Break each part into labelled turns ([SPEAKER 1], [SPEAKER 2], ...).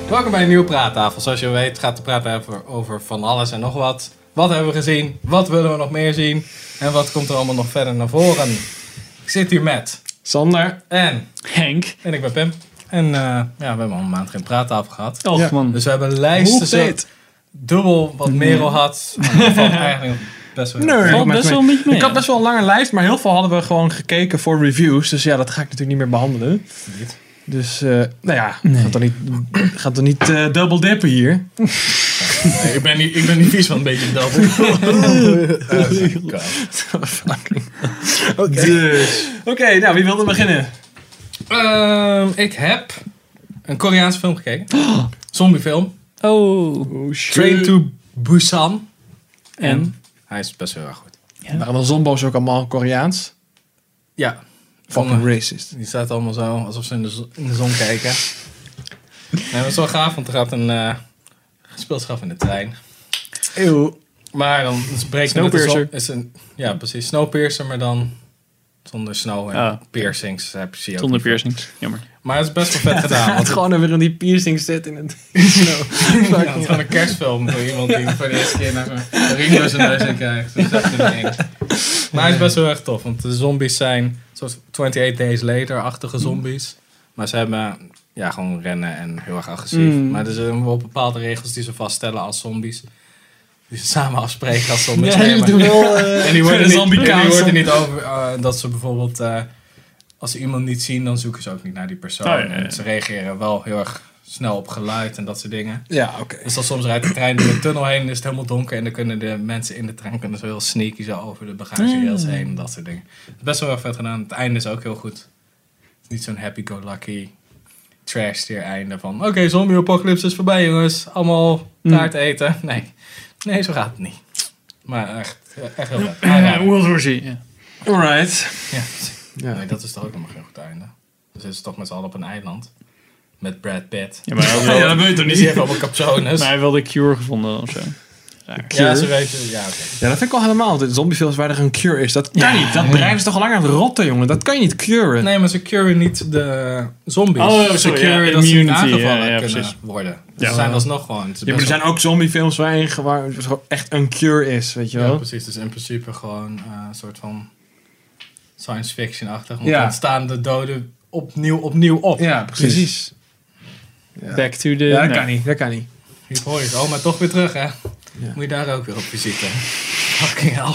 [SPEAKER 1] Welkom bij een nieuwe praattafel. Zoals je weet gaat de praattafel over van alles en nog wat. Wat hebben we gezien? Wat willen we nog meer zien? En wat komt er allemaal nog verder naar voren? Ik zit hier met
[SPEAKER 2] Sander
[SPEAKER 1] en
[SPEAKER 3] Henk.
[SPEAKER 1] En ik ben Pim. En ja, we hebben al een maand geen praattafel gehad.
[SPEAKER 3] Och man.
[SPEAKER 1] Dus we hebben lijsten zo dubbel wat Merel had. Maar dat valt eigenlijk best wel
[SPEAKER 3] Valt best wel een beetje mee.
[SPEAKER 2] Ik had best wel een lange lijst, maar heel veel hadden we gewoon gekeken voor reviews. Dus ja, dat ga ik natuurlijk niet meer behandelen.
[SPEAKER 1] Niet.
[SPEAKER 2] Dus, nou ja, gaat toch niet double dippen hier?
[SPEAKER 1] Nee, ik ben niet vies van een beetje dubbel.
[SPEAKER 2] Oké, nou, wie wilde beginnen?
[SPEAKER 1] Ik heb een Koreaanse film gekeken. Zombiefilm.
[SPEAKER 3] Oh.
[SPEAKER 1] Train to Busan.
[SPEAKER 3] En?
[SPEAKER 1] Hij is best wel erg goed.
[SPEAKER 3] Ja.
[SPEAKER 2] Waren de zombo's ook allemaal Koreaans?
[SPEAKER 1] Ja.
[SPEAKER 2] Fucking racist.
[SPEAKER 1] Die staat allemaal zo, alsof ze in de zon kijken. Nee, dat is wel gaaf, want er gaat een speelschaf in de trein.
[SPEAKER 2] Eeuw.
[SPEAKER 1] Maar dan breekt
[SPEAKER 2] Snowpiercer.
[SPEAKER 1] Ja, precies. Snowpiercer, maar dan zonder snow en piercings. Zie je ook
[SPEAKER 3] Zonder
[SPEAKER 1] niet.
[SPEAKER 3] piercings. Jammer.
[SPEAKER 1] Maar het is best wel vet gedaan.
[SPEAKER 2] Het
[SPEAKER 1] Want
[SPEAKER 2] gewoon weer in die piercing zit in het
[SPEAKER 1] ja, het is gewoon een kerstfilm voor iemand die voor de eerste keer naar een ring door zijn neus in krijgt. Dus dat is echt niet eng. Maar hij is best wel erg tof, want de zombies zijn soort 28 Days Later-achtige zombies. Maar ze hebben gewoon rennen en heel erg agressief. Maar er zijn wel bepaalde regels die ze vaststellen als zombies. Die ze samen afspreken als zombies.
[SPEAKER 2] Ja, die doen wel...
[SPEAKER 1] En die worden niet over dat ze bijvoorbeeld... als ze iemand niet zien, dan zoeken ze ook niet naar die persoon.
[SPEAKER 3] Ja.
[SPEAKER 1] En ze reageren wel heel erg snel op geluid en dat soort dingen.
[SPEAKER 2] Ja, oké.
[SPEAKER 1] Dus dan soms rijdt de trein door een tunnel heen en is het helemaal donker. En dan kunnen de mensen in de trein zo heel sneaky zo over de bagagerails heen en dat soort dingen. Het is best wel erg vet gedaan. Het einde is ook heel goed. Het is niet zo'n happy-go-lucky trash-tier einde van... Oké, zombie-apocalypse is voorbij, jongens. Allemaal taart eten. Nee, zo gaat het niet. Maar echt heel vet.
[SPEAKER 3] World War Z. Ja.
[SPEAKER 2] Alright.
[SPEAKER 1] Ja. Nee, dat is toch ook nog geen goed einde. Dan zitten ze toch met z'n allen op een eiland. Met Brad Pitt.
[SPEAKER 3] Ja, maar hij
[SPEAKER 2] Ja, dat weet je toch
[SPEAKER 1] Die
[SPEAKER 2] niet?
[SPEAKER 1] heeft allemaal capsones.
[SPEAKER 3] maar hij wilde Cure gevonden of zo.
[SPEAKER 1] Ja, ze weten... Ja, oké.
[SPEAKER 2] Ja, dat vind ik al helemaal. De zombiefilms waar er een cure is. Dat kan niet. Dat brein is toch al lang aan het rotten, jongen. Dat kan je niet curen.
[SPEAKER 1] Nee, maar ze curen niet de zombies.
[SPEAKER 3] Oh,
[SPEAKER 1] ze
[SPEAKER 3] sorry,
[SPEAKER 1] curen
[SPEAKER 3] ja,
[SPEAKER 1] dat ze niet
[SPEAKER 3] immunity,
[SPEAKER 1] aangevallen
[SPEAKER 3] ja,
[SPEAKER 1] kunnen
[SPEAKER 3] precies.
[SPEAKER 1] worden. Dus
[SPEAKER 3] Ja.
[SPEAKER 1] ze zijn alsnog gewoon... Het is
[SPEAKER 2] Ja, maar er
[SPEAKER 1] best
[SPEAKER 2] zijn ook zombiefilms waar het gewoon echt een cure is, weet je
[SPEAKER 1] wel-
[SPEAKER 2] wel.
[SPEAKER 1] Ja, precies. Dus in principe gewoon een soort van science fiction-achtig. Want
[SPEAKER 2] Ja.
[SPEAKER 1] dan staan de doden opnieuw op.
[SPEAKER 2] Ja, precies.
[SPEAKER 3] Back to the...
[SPEAKER 2] Ja, dat
[SPEAKER 3] nee.
[SPEAKER 2] kan niet. Dat kan niet.
[SPEAKER 1] Hier hoor je het. Oh, maar toch weer terug, hè? Moet je daar ook weer op visite. Fucking hell.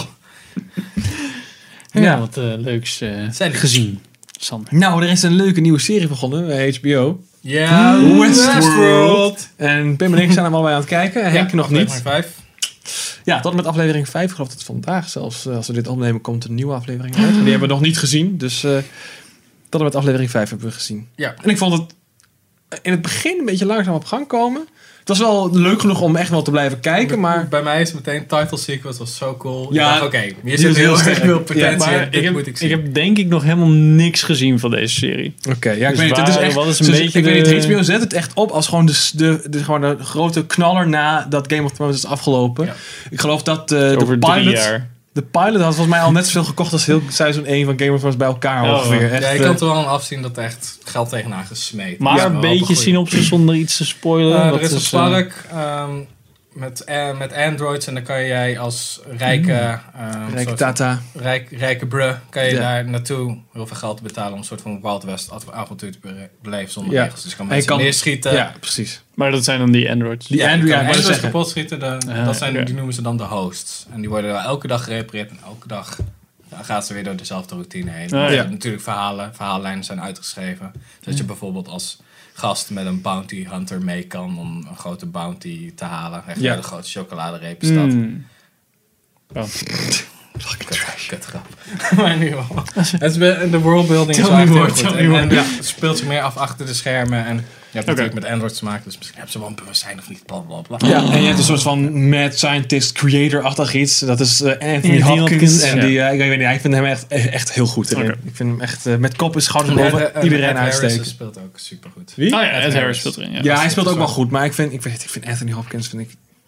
[SPEAKER 3] Ja, wat leuks
[SPEAKER 1] Zijn
[SPEAKER 3] gezien. Sander.
[SPEAKER 2] Nou, er is een leuke nieuwe serie begonnen bij HBO.
[SPEAKER 1] Ja,
[SPEAKER 2] Westworld. En Pim en ik zijn er allebei aan het kijken. Henk nog niet.
[SPEAKER 1] 5.
[SPEAKER 2] Ja, tot en met aflevering 5. Ik geloof dat vandaag zelfs, als we dit opnemen, komt een nieuwe aflevering uit. Die hebben we nog niet gezien. Dus tot en met aflevering 5 hebben we gezien.
[SPEAKER 1] Ja.
[SPEAKER 2] En ik vond het in het begin een beetje langzaam op gang komen. Het was wel leuk genoeg om echt wel te blijven kijken, maar...
[SPEAKER 1] Bij mij is meteen title sequence was zo cool.
[SPEAKER 2] Ja,
[SPEAKER 1] Oké, hier
[SPEAKER 2] die
[SPEAKER 1] zit
[SPEAKER 2] is
[SPEAKER 1] heel
[SPEAKER 2] heel
[SPEAKER 1] erg
[SPEAKER 2] sterk.
[SPEAKER 1] veel potentie
[SPEAKER 2] Ja,
[SPEAKER 1] in.
[SPEAKER 3] Maar
[SPEAKER 1] Dit moet ik
[SPEAKER 3] ik
[SPEAKER 1] zien.
[SPEAKER 3] heb denk ik nog helemaal niks gezien van deze serie.
[SPEAKER 2] Oké, ja, ik
[SPEAKER 3] Dus
[SPEAKER 2] weet niet. Het is
[SPEAKER 3] waar-
[SPEAKER 2] echt,
[SPEAKER 3] wat is een
[SPEAKER 2] dus
[SPEAKER 3] beetje
[SPEAKER 2] ik weet
[SPEAKER 3] de-
[SPEAKER 2] niet, HBO zet het echt op als gewoon gewoon de grote knaller na dat Game of Thrones is afgelopen.
[SPEAKER 1] Ja.
[SPEAKER 2] Ik geloof dat
[SPEAKER 3] Over
[SPEAKER 2] de
[SPEAKER 3] 3
[SPEAKER 2] pilot...
[SPEAKER 3] jaar.
[SPEAKER 2] De pilot had volgens mij al net zoveel gekocht als heel seizoen 1 van Game of Thrones bij elkaar
[SPEAKER 3] Oh,
[SPEAKER 2] ongeveer. Echt,
[SPEAKER 1] Ja, je kan er wel aan afzien dat er echt geld tegenaan gesmeed.
[SPEAKER 3] Maar
[SPEAKER 1] Ja,
[SPEAKER 3] een
[SPEAKER 1] wel
[SPEAKER 3] beetje
[SPEAKER 1] op een goeie-
[SPEAKER 3] synopsis zonder iets te spoilen.
[SPEAKER 1] Er is een
[SPEAKER 3] is,
[SPEAKER 1] park met androids en dan kan jij als rijke
[SPEAKER 2] Rijke Tata.
[SPEAKER 1] rijke bruh kan je
[SPEAKER 2] Ja.
[SPEAKER 1] daar naartoe heel veel geld te betalen om een soort van Wild West avontuur te beleven zonder
[SPEAKER 2] Ja.
[SPEAKER 1] regels. Dus je kan
[SPEAKER 2] En je
[SPEAKER 1] mensen
[SPEAKER 2] kan-
[SPEAKER 1] neerschieten.
[SPEAKER 2] Ja, precies.
[SPEAKER 3] Maar dat zijn dan die androids.
[SPEAKER 2] Die
[SPEAKER 1] Ja,
[SPEAKER 2] Andrew,
[SPEAKER 1] je
[SPEAKER 2] ja,
[SPEAKER 1] kan
[SPEAKER 2] ik wou
[SPEAKER 1] androids
[SPEAKER 2] zeggen.
[SPEAKER 1] kapot schieten.
[SPEAKER 3] oké.
[SPEAKER 1] Die noemen ze dan de hosts. En die worden elke dag gerepareerd en elke dag gaat ze weer door dezelfde routine heen.
[SPEAKER 3] Ah,
[SPEAKER 2] ja.
[SPEAKER 1] Natuurlijk verhaallijnen zijn uitgeschreven. Zodat je bijvoorbeeld als gast met een bounty hunter mee kan om een grote bounty te halen. Echt
[SPEAKER 2] Ja.
[SPEAKER 1] de grote chocoladereep is dat.
[SPEAKER 3] Oh.
[SPEAKER 1] Kut grap. Maar in ieder geval. De worldbuilding is
[SPEAKER 2] Tell
[SPEAKER 1] wel
[SPEAKER 2] me
[SPEAKER 1] echt heel
[SPEAKER 2] more,
[SPEAKER 1] goed.
[SPEAKER 2] tell me
[SPEAKER 1] En
[SPEAKER 2] more.
[SPEAKER 1] ja, het speelt zich meer af achter de schermen. En je hebt natuurlijk met Androids te maken. Dus misschien hebben ze wel een bewustzijn of niet. Blablabla.
[SPEAKER 2] Ja, en je hebt een soort van mad scientist creator-achtig iets. Dat is Anthony Hopkins. En
[SPEAKER 3] ja.
[SPEAKER 2] die, ik weet niet, ik vind hem echt heel goed erin.
[SPEAKER 3] Oké.
[SPEAKER 2] Ik vind hem echt met kop en schouders boven iedereen uitsteken.
[SPEAKER 1] speelt ook super goed.
[SPEAKER 2] Wie?
[SPEAKER 3] Oh ja, Ed Harris
[SPEAKER 1] Harris.
[SPEAKER 3] speelt erin. Ja.
[SPEAKER 2] Ja, hij speelt ook wel goed, maar ik vind Anthony Hopkins vind ik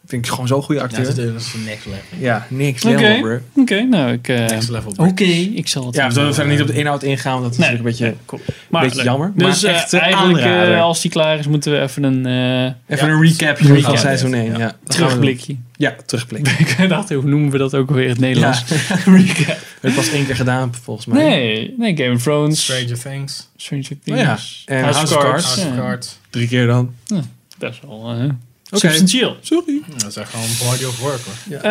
[SPEAKER 2] Vind ik gewoon zo'n goede acteur.
[SPEAKER 1] dat is de next level.
[SPEAKER 2] Ja, niks level, bro.
[SPEAKER 3] Oké, nou,
[SPEAKER 1] Next level.
[SPEAKER 3] Oké, ik zal het...
[SPEAKER 2] Ja, we zullen niet op de inhoud ingaan, want dat is natuurlijk een beetje,
[SPEAKER 3] cool.
[SPEAKER 2] beetje jammer.
[SPEAKER 3] Dus
[SPEAKER 2] Maar echt
[SPEAKER 3] eigenlijk,
[SPEAKER 2] aanrader.
[SPEAKER 3] als die klaar is, moeten we even een
[SPEAKER 2] Even een recapje doen van seizoen 1.
[SPEAKER 1] Ja.
[SPEAKER 2] Ja, dat gaan we doen.
[SPEAKER 3] terugblikje.
[SPEAKER 2] Ja, terugblik.
[SPEAKER 3] Ik dacht, hoe noemen we dat ook alweer in het Nederlands?
[SPEAKER 2] Ja.
[SPEAKER 3] Recap.
[SPEAKER 2] Het was 1 keer gedaan, volgens mij.
[SPEAKER 3] Nee, Game of Thrones.
[SPEAKER 1] Stranger Things.
[SPEAKER 3] Stranger
[SPEAKER 2] Oh
[SPEAKER 3] Things.
[SPEAKER 2] ja, en
[SPEAKER 3] House of Cards.
[SPEAKER 1] House of
[SPEAKER 3] Ja.
[SPEAKER 1] Cards.
[SPEAKER 2] 3 keer dan.
[SPEAKER 3] Best wel substantieel.
[SPEAKER 2] Sorry.
[SPEAKER 1] Dat is echt gewoon een body of work, hoor.
[SPEAKER 2] Ja,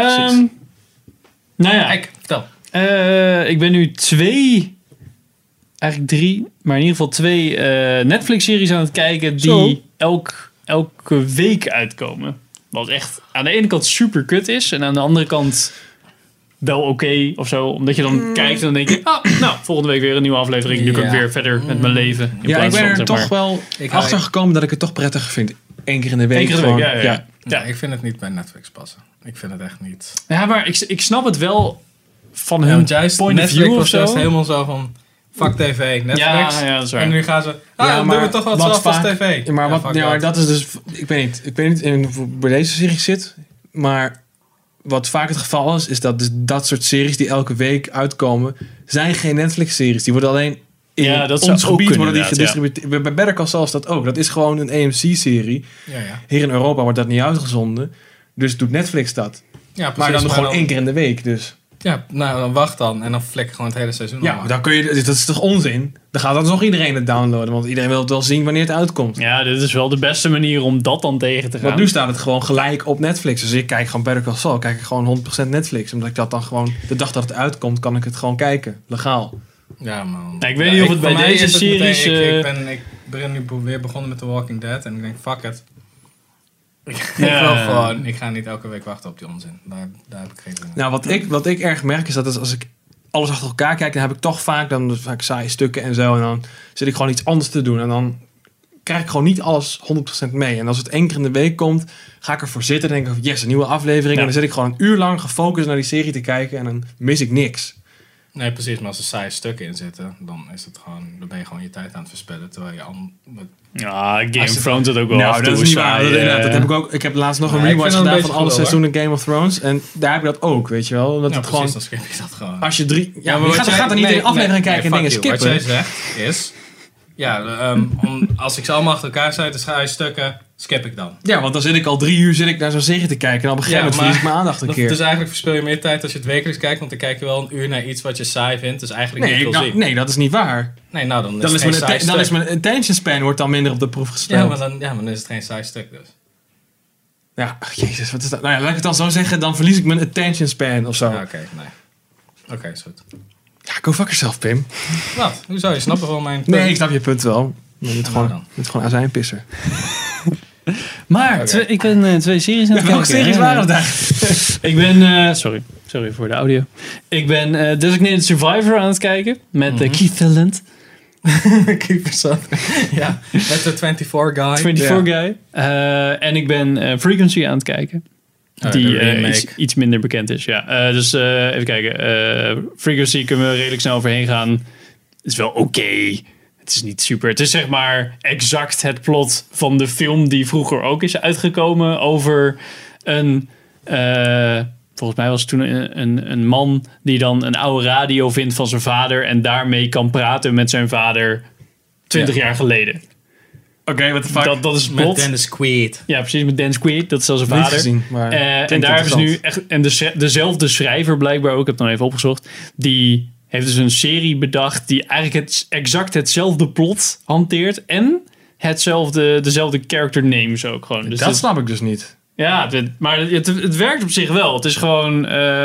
[SPEAKER 3] Nou ja,
[SPEAKER 1] Kijk, vertel.
[SPEAKER 3] ik ben nu 2, eigenlijk 3, maar in ieder geval 2 Netflix-series aan het kijken die elke week uitkomen. Wat echt aan de ene kant super kut is en aan de andere kant wel oké of zo. Omdat je dan kijkt en dan denk je, nou, volgende week weer een nieuwe aflevering. Nu kan ik
[SPEAKER 1] Ja.
[SPEAKER 3] weer verder met mijn leven. In
[SPEAKER 2] Ja, ik
[SPEAKER 3] plaats
[SPEAKER 2] ben
[SPEAKER 3] van,
[SPEAKER 2] er
[SPEAKER 3] zeg
[SPEAKER 2] toch
[SPEAKER 3] maar,
[SPEAKER 2] wel
[SPEAKER 1] Ik
[SPEAKER 2] achter gekomen dat ik het toch prettiger vind. 1 keer in de week.
[SPEAKER 3] Eén keer in de week,
[SPEAKER 2] gewoon.
[SPEAKER 3] ja.
[SPEAKER 1] Ja, ik vind het niet bij Netflix passen. Ik vind het echt niet.
[SPEAKER 3] Ja, maar ik snap het wel van
[SPEAKER 1] Ja,
[SPEAKER 3] hun
[SPEAKER 1] want juist
[SPEAKER 3] point of
[SPEAKER 1] Netflix
[SPEAKER 3] view of
[SPEAKER 1] was juist
[SPEAKER 3] zo.
[SPEAKER 1] helemaal zo van... Fuck tv, Netflix.
[SPEAKER 3] Ja, dat is waar.
[SPEAKER 1] En nu gaan ze...
[SPEAKER 2] Ja,
[SPEAKER 1] dan
[SPEAKER 2] maar
[SPEAKER 1] doen we toch wat
[SPEAKER 2] wat
[SPEAKER 1] zelf als
[SPEAKER 2] vaak-
[SPEAKER 1] tv.
[SPEAKER 2] Ja, maar
[SPEAKER 1] Ja,
[SPEAKER 2] wat,
[SPEAKER 1] fuck
[SPEAKER 2] ja, maar
[SPEAKER 1] dat.
[SPEAKER 2] dat is dus... Ik weet niet in, bij deze serie zit, maar wat vaak het geval is dat dus dat soort series die elke week uitkomen, zijn geen Netflix-series. Die worden alleen in
[SPEAKER 3] Ja, dat zou
[SPEAKER 2] ons
[SPEAKER 3] ook
[SPEAKER 2] gebied
[SPEAKER 3] kunnen,
[SPEAKER 2] worden die
[SPEAKER 3] inderdaad,
[SPEAKER 2] gedistribueerd. Bij Better Call Saul is dat ook. Dat is gewoon een AMC-serie.
[SPEAKER 1] Ja, ja.
[SPEAKER 2] Hier in Europa wordt dat niet uitgezonden. Dus doet Netflix dat.
[SPEAKER 1] Ja, precies,
[SPEAKER 2] Maar dan gewoon 1 keer in de week, dus.
[SPEAKER 1] Ja, nou dan wacht dan. En dan flikker gewoon het hele seizoen
[SPEAKER 2] Ja,
[SPEAKER 1] omlaag.
[SPEAKER 2] dan kun je... Dat is toch onzin? Dan gaat dan nog iedereen het downloaden. Want iedereen wil het wel zien wanneer het uitkomt.
[SPEAKER 3] Ja, dit is wel de beste manier om dat dan tegen te gaan.
[SPEAKER 2] Want nu staat het gewoon gelijk op Netflix. Dus ik kijk gewoon Better Call Saul. Kijk ik gewoon 100% Netflix. Omdat ik dat dan gewoon... De dag dat het uitkomt, kan ik het gewoon kijken. Legaal.
[SPEAKER 1] Ja, man.
[SPEAKER 3] Nou, ik weet niet of het bij
[SPEAKER 1] voor mij
[SPEAKER 3] deze
[SPEAKER 1] is het meteen-
[SPEAKER 3] series,
[SPEAKER 1] ik ben nu weer begonnen met The Walking Dead. En ik denk, fuck it. Ik ga niet elke week wachten op die onzin. Daar heb ik geen zin in.
[SPEAKER 2] Nou, wat ik erg merk is dat als ik alles achter elkaar kijk... Dan heb ik toch vaak saaie stukken en zo. En dan zit ik gewoon iets anders te doen. En dan krijg ik gewoon niet alles 100% mee. En als het 1 keer in de week komt, ga ik ervoor zitten. En denk ik, yes, een nieuwe aflevering.
[SPEAKER 3] Ja.
[SPEAKER 2] En dan zit ik gewoon een uur lang gefocust naar die serie te kijken. En dan mis ik niks.
[SPEAKER 1] Nee, precies. Maar als er saaie stukken in zitten, dan ben je gewoon je tijd aan het verspillen. Terwijl je
[SPEAKER 3] Ja, Game of Thrones dat ook wel af
[SPEAKER 2] Nou,
[SPEAKER 3] en
[SPEAKER 2] dat
[SPEAKER 3] toe
[SPEAKER 2] is niet waar.
[SPEAKER 3] saai,
[SPEAKER 2] Dat heb ik ook. Ik heb laatst nog een
[SPEAKER 1] Ja, ik
[SPEAKER 2] rewatch
[SPEAKER 1] vind dat een
[SPEAKER 2] gedaan van
[SPEAKER 1] beetje
[SPEAKER 2] alle
[SPEAKER 1] cool,
[SPEAKER 2] seizoenen Game of Thrones. En daar heb ik dat ook, weet je wel. Dat
[SPEAKER 1] ja,
[SPEAKER 2] het
[SPEAKER 1] precies,
[SPEAKER 2] gewoon...
[SPEAKER 1] dan skip je dat gewoon.
[SPEAKER 2] Als je 3... Ja, maar
[SPEAKER 1] wat
[SPEAKER 2] je
[SPEAKER 1] jij-
[SPEAKER 2] gaat er niet in de aflevering kijken en
[SPEAKER 1] fuck
[SPEAKER 2] dingen
[SPEAKER 1] you.
[SPEAKER 2] skippen.
[SPEAKER 1] Wat jij zegt is... Ja, als ik ze allemaal achter elkaar zet, de saaie stukken, skip ik dan.
[SPEAKER 2] Ja, want dan zit ik al 3 uur naar zo'n serie te kijken. En op een gegeven moment verlies ik mijn aandacht een keer.
[SPEAKER 1] Dus eigenlijk verspil je meer tijd als je het wekelijks kijkt. Want dan kijk je wel een uur naar iets wat je saai vindt. Dus eigenlijk niet
[SPEAKER 2] Nee,
[SPEAKER 1] veel zien.
[SPEAKER 2] nee, dat is niet waar.
[SPEAKER 1] Nee, nou dan is
[SPEAKER 2] Dan
[SPEAKER 1] het
[SPEAKER 2] is,
[SPEAKER 1] geen saai stuk.
[SPEAKER 2] mijn attention span wordt dan minder op de proef gesteld.
[SPEAKER 1] Ja, maar dan is het geen saai stuk dus.
[SPEAKER 2] Ja, ach, jezus, wat is dat? Nou ja, laat ik het dan zo zeggen. Dan verlies ik mijn attention span of zo.
[SPEAKER 1] Ja, oké, nee. Oké, is goed.
[SPEAKER 2] Ja, go fuck yourself, Pim.
[SPEAKER 1] Wat? Hoezo? Je snapt wel mijn punt?
[SPEAKER 2] Nee, ik snap je punt wel. Je bent
[SPEAKER 1] Nou
[SPEAKER 2] gewoon,
[SPEAKER 1] dan.
[SPEAKER 2] je bent gewoon azijnpisser.
[SPEAKER 3] Maar
[SPEAKER 1] Oké.
[SPEAKER 3] ik ben 2 series aan het
[SPEAKER 2] Welke
[SPEAKER 3] kijken.
[SPEAKER 2] series
[SPEAKER 3] hè?
[SPEAKER 2] waren het eigenlijk?
[SPEAKER 3] Ik ben... sorry voor de audio. Ik ben Designated Survivor aan het kijken. Met Keith Talent.
[SPEAKER 1] Keepers up. Ja, met de 24 guy.
[SPEAKER 3] 24 guy. En ik ben Frequency aan het kijken.
[SPEAKER 1] Oh,
[SPEAKER 3] Die
[SPEAKER 1] de remake.
[SPEAKER 3] iets minder bekend is. Ja. Dus even kijken. Frequency kunnen we redelijk snel overheen gaan. Het is wel oké. Het is niet super. Het is zeg maar exact het plot van de film die vroeger ook is uitgekomen over een... volgens mij was het toen een man die dan een oude radio vindt van zijn vader en daarmee kan praten met zijn vader 20 jaar geleden.
[SPEAKER 2] Oké, what the fuck?
[SPEAKER 3] Dat is het
[SPEAKER 1] Met
[SPEAKER 3] plot.
[SPEAKER 1] Dennis Quaid.
[SPEAKER 3] Ja, precies, met Dan Quaid. Dat is al zijn
[SPEAKER 2] Niet
[SPEAKER 3] vader.
[SPEAKER 2] gezien, maar
[SPEAKER 3] En
[SPEAKER 2] klinkt
[SPEAKER 3] daar hebben ze nu
[SPEAKER 2] interessant.
[SPEAKER 3] echt... En dezelfde schrijver blijkbaar ook, ik heb het nog even opgezocht, die heeft dus een serie bedacht die eigenlijk exact hetzelfde plot hanteert en dezelfde character names ook gewoon. Dus
[SPEAKER 2] Dat snap ik dus niet.
[SPEAKER 3] ja, maar het werkt op zich wel. Het is gewoon...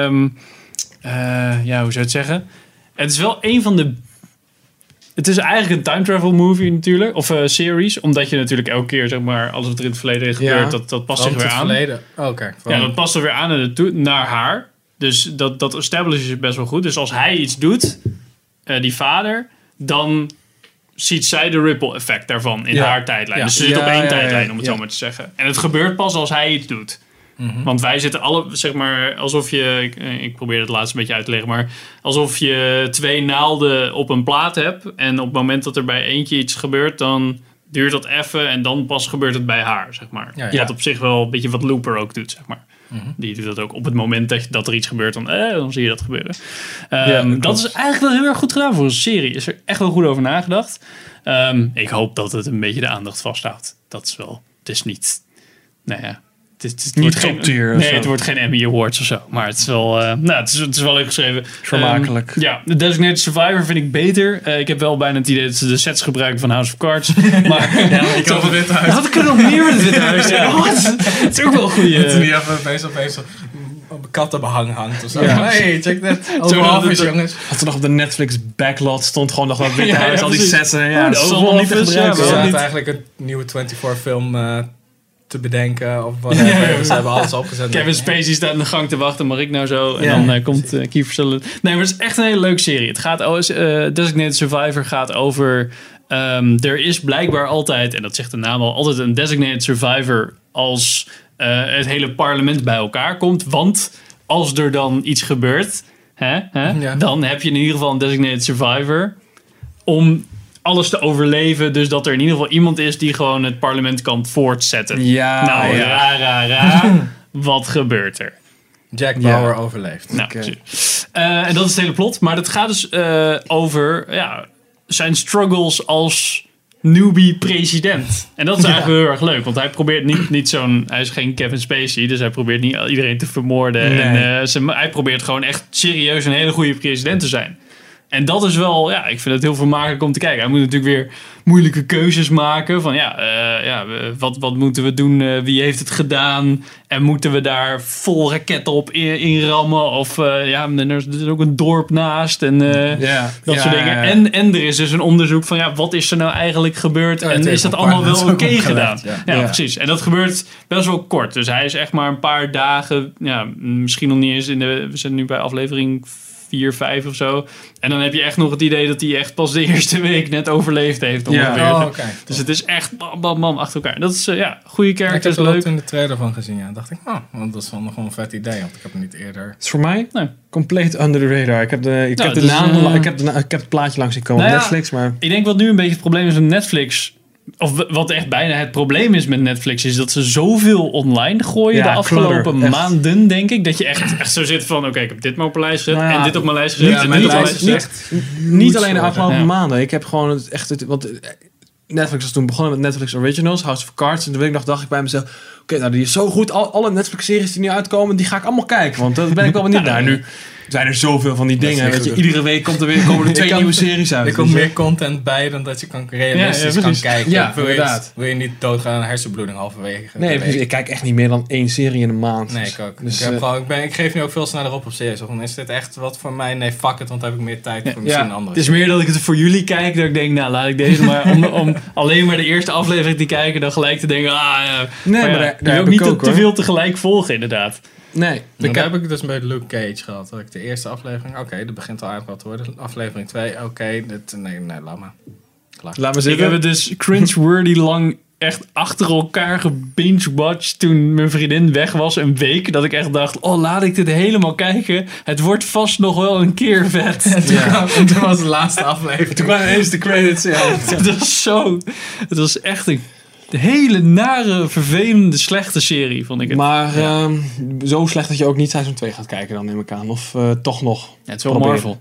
[SPEAKER 3] hoe zou je het zeggen? Het is wel een van de... Het is eigenlijk een time travel movie natuurlijk. Of series. Omdat je natuurlijk elke keer, zeg maar, alles wat er in het verleden is gebeurd,
[SPEAKER 2] Ja.
[SPEAKER 3] dat past zich weer
[SPEAKER 1] het
[SPEAKER 3] aan.
[SPEAKER 1] verleden. Oké.
[SPEAKER 3] Ja, dat past er weer aan naar haar. Dus dat establishes best wel goed. Dus als hij iets doet, die vader, dan ziet zij de ripple effect daarvan in
[SPEAKER 2] Ja.
[SPEAKER 3] haar tijdlijn.
[SPEAKER 1] Ja.
[SPEAKER 3] Dus ze zit op
[SPEAKER 2] Ja,
[SPEAKER 3] één
[SPEAKER 2] ja,
[SPEAKER 3] tijdlijn, om het
[SPEAKER 2] ja.
[SPEAKER 3] zo maar te zeggen. En het gebeurt pas als hij iets doet. Want wij zitten alle, zeg maar, alsof je... Ik probeer het laatst een beetje uit te leggen, maar alsof je 2 naalden op een plaat hebt. En op het moment dat er bij eentje iets gebeurt, dan duurt dat even en dan pas gebeurt het bij haar, zeg maar.
[SPEAKER 1] Ja.
[SPEAKER 3] Wat op zich wel een beetje wat Looper ook doet, zeg maar.
[SPEAKER 1] Mhm.
[SPEAKER 3] Die doet dat ook op het moment dat er iets gebeurt, dan zie je dat gebeuren.
[SPEAKER 2] dat
[SPEAKER 3] dat is eigenlijk wel heel erg goed gedaan voor een serie. Is er echt wel goed over nagedacht. Ik hoop dat het een beetje de aandacht vasthoudt. Dat is wel... Het is niet... Nou ja... Het
[SPEAKER 2] Niet
[SPEAKER 3] wordt
[SPEAKER 2] top tier of
[SPEAKER 3] Nee,
[SPEAKER 2] zo.
[SPEAKER 3] het wordt geen Emmy Awards of zo. Maar het is wel... het is wel leuk geschreven.
[SPEAKER 2] Vermakelijk.
[SPEAKER 3] Ja, de Designated Survivor vind ik beter. Ik heb wel bijna het idee dat ze de sets gebruiken van House of Cards. Maar
[SPEAKER 1] Ik had het Witte Huis.
[SPEAKER 3] dat kunnen nog meer met het Witte Huis. Ja. Wat? Het is ook wel een goede...
[SPEAKER 1] Dat is niet even opeens op een kattenbehang hangt of zo.
[SPEAKER 2] Ja.
[SPEAKER 1] Hey, check that.
[SPEAKER 3] Zo
[SPEAKER 1] Over
[SPEAKER 3] dat
[SPEAKER 1] Office,
[SPEAKER 3] het-
[SPEAKER 1] jongens.
[SPEAKER 2] Als er nog op de Netflix backlot stond gewoon nog dat Witte
[SPEAKER 3] Ja,
[SPEAKER 2] Huis,
[SPEAKER 3] ja,
[SPEAKER 2] al die
[SPEAKER 3] precies.
[SPEAKER 2] sets. Ja,
[SPEAKER 3] Oh,
[SPEAKER 2] dat
[SPEAKER 3] de
[SPEAKER 2] is
[SPEAKER 3] Oval
[SPEAKER 2] allemaal niet te
[SPEAKER 3] Office,
[SPEAKER 2] gebruiken.
[SPEAKER 1] Ze
[SPEAKER 3] ja,
[SPEAKER 1] zaten
[SPEAKER 3] niet.
[SPEAKER 1] eigenlijk een nieuwe 24-film te bedenken of whatever. Ze hebben alles opgezet.
[SPEAKER 3] Kevin Spacey staat in de gang te wachten. Mag ik nou zo? En
[SPEAKER 2] Ja.
[SPEAKER 3] dan komt Kiefer Sutherland. Nee, maar het is echt een hele leuke serie. Het gaat Designated Survivor gaat over... er is blijkbaar altijd, en dat zegt de naam al, altijd een Designated Survivor als het hele parlement bij elkaar komt. Want als er dan iets gebeurt,
[SPEAKER 1] Ja.
[SPEAKER 3] dan heb je in ieder geval een Designated Survivor om alles te overleven. Dus dat er in ieder geval iemand is die gewoon het parlement kan voortzetten.
[SPEAKER 2] Ja,
[SPEAKER 3] Nou,
[SPEAKER 2] ja.
[SPEAKER 3] wat gebeurt er?
[SPEAKER 1] Jack Bauer overleeft.
[SPEAKER 3] Nou,
[SPEAKER 2] Oké.
[SPEAKER 3] precies. En dat is het hele plot. Maar het gaat dus over zijn struggles als newbie president. En dat is eigenlijk heel erg leuk. Want hij probeert niet zo'n... Hij is geen Kevin Spacey. Dus hij probeert niet iedereen te vermoorden.
[SPEAKER 2] Nee.
[SPEAKER 3] En hij probeert gewoon echt serieus een hele goede president te zijn. En dat is wel... Ja, ik vind het heel vermakelijk om te kijken. Hij moet natuurlijk weer moeilijke keuzes maken. Van wat moeten we doen? Wie heeft het gedaan? En moeten we daar vol raketten op inrammen? Of er is ook een dorp naast. En dat soort dingen.
[SPEAKER 2] Ja.
[SPEAKER 3] En er is dus een onderzoek van... wat is er nou eigenlijk gebeurd?
[SPEAKER 1] Ja,
[SPEAKER 3] en
[SPEAKER 1] het
[SPEAKER 3] is
[SPEAKER 1] heeft
[SPEAKER 3] dat
[SPEAKER 1] een
[SPEAKER 3] allemaal
[SPEAKER 1] paar
[SPEAKER 3] wel
[SPEAKER 1] mensen
[SPEAKER 3] oké
[SPEAKER 1] ook
[SPEAKER 3] gedaan?
[SPEAKER 1] opgelegd,
[SPEAKER 3] Ja,
[SPEAKER 2] Ja.
[SPEAKER 3] precies. En dat gebeurt best wel kort. Dus hij is echt maar een paar dagen... Ja, misschien nog niet eens we zijn nu bij aflevering 4, 5 of zo. En dan heb je echt nog het idee dat hij echt pas de eerste week net overleefd heeft. Ongeveer.
[SPEAKER 2] Ja.
[SPEAKER 1] Oh, oké.
[SPEAKER 3] Dus het is echt bam achter elkaar. Dat is goede
[SPEAKER 1] Ik
[SPEAKER 3] characters,
[SPEAKER 1] heb er ook
[SPEAKER 3] leuk.
[SPEAKER 1] in de trailer van gezien. Ja. Dacht ik, want dat is wel nog wel een vet idee. Want ik heb het niet eerder...
[SPEAKER 2] Het is voor mij
[SPEAKER 3] Nee.
[SPEAKER 2] compleet under the radar. Ik heb
[SPEAKER 3] dus,
[SPEAKER 2] het plaatje langs zien komen op
[SPEAKER 3] Nou ja,
[SPEAKER 2] Netflix, maar...
[SPEAKER 3] Ik denk wat nu een beetje het probleem is met Netflix... Of wat echt bijna het probleem is met Netflix... is dat ze zoveel online gooien
[SPEAKER 2] Ja,
[SPEAKER 3] de afgelopen
[SPEAKER 2] clutter, echt.
[SPEAKER 3] maanden, denk ik. Dat je echt zo zit van... Oké, ik heb dit maar op mijn lijst gezet.
[SPEAKER 2] Nou ja,
[SPEAKER 3] en dit op mijn lijst gezet.
[SPEAKER 1] Ja,
[SPEAKER 3] en
[SPEAKER 1] mijn
[SPEAKER 3] dit op mijn
[SPEAKER 1] lijst
[SPEAKER 3] lijst
[SPEAKER 1] is
[SPEAKER 3] gezet.
[SPEAKER 1] echt...
[SPEAKER 2] Niet alleen de
[SPEAKER 1] worden.
[SPEAKER 2] afgelopen
[SPEAKER 3] Ja.
[SPEAKER 2] maanden. Ik heb gewoon want Netflix was toen begonnen met Netflix Originals, House of Cards. En toen dacht ik bij mezelf, oké, nou die is zo goed. Alle Netflix-series die nu uitkomen, die ga ik allemaal kijken. Want daar ben ik wel benieuwd naar. Nu zijn er zoveel van die
[SPEAKER 1] Dat is
[SPEAKER 2] dingen.
[SPEAKER 1] niet
[SPEAKER 2] Weet je,
[SPEAKER 1] goed.
[SPEAKER 2] iedere week komen er 2 nieuwe series uit.
[SPEAKER 1] Er komt
[SPEAKER 2] weet je.
[SPEAKER 1] meer content bij dan dat je realistisch
[SPEAKER 3] Ja,
[SPEAKER 1] kan
[SPEAKER 3] precies.
[SPEAKER 1] kijken.
[SPEAKER 2] Ja,
[SPEAKER 1] wil
[SPEAKER 2] inderdaad.
[SPEAKER 1] wil je niet doodgaan aan een hersenbloeding halverwege? de
[SPEAKER 2] Nee,
[SPEAKER 1] week?
[SPEAKER 2] precies. Ik kijk echt niet meer dan 1 serie in een maand.
[SPEAKER 1] Nee, ik ook.
[SPEAKER 2] Dus,
[SPEAKER 1] ik geef nu ook veel sneller op series. Of is dit echt wat voor mij? Nee, fuck it, want dan heb ik meer tijd voor misschien
[SPEAKER 2] Ja,
[SPEAKER 1] andere.
[SPEAKER 3] Het is meer dat ik het voor jullie kijk. Dat ik denk, nou laat ik deze maar... Om alleen maar de eerste aflevering te kijken. Dan gelijk te denken,
[SPEAKER 2] Nee, maar
[SPEAKER 3] ja,
[SPEAKER 2] daar
[SPEAKER 3] je wil
[SPEAKER 2] heb
[SPEAKER 3] ook
[SPEAKER 2] ik
[SPEAKER 3] niet
[SPEAKER 2] ook,
[SPEAKER 3] te
[SPEAKER 2] hoor.
[SPEAKER 3] veel tegelijk volgen, inderdaad.
[SPEAKER 2] Nee.
[SPEAKER 1] Dat heb ik dus met Luke Cage gehad. Dat ik de eerste aflevering, oké, dat begint al aardig wat te worden. Aflevering 2, nee, laat maar. Klaar.
[SPEAKER 2] Laat me
[SPEAKER 3] Ik
[SPEAKER 2] zitten.
[SPEAKER 3] heb het dus cringe-worthy lang echt achter elkaar gebinge-watched toen mijn vriendin weg was een week. Dat ik echt dacht, laat ik dit helemaal kijken. Het wordt vast nog wel een keer vet.
[SPEAKER 1] En toen was de laatste aflevering.
[SPEAKER 2] Toen kwamen ineens de credits. Ja.
[SPEAKER 3] Het was echt een hele nare, vervelende, slechte serie, vond ik het.
[SPEAKER 2] Maar zo slecht dat je ook niet seizoen 2 gaat kijken dan, neem ik aan. Of toch nog.
[SPEAKER 3] Ja, het is wel
[SPEAKER 2] Probeer.
[SPEAKER 3] Marvel.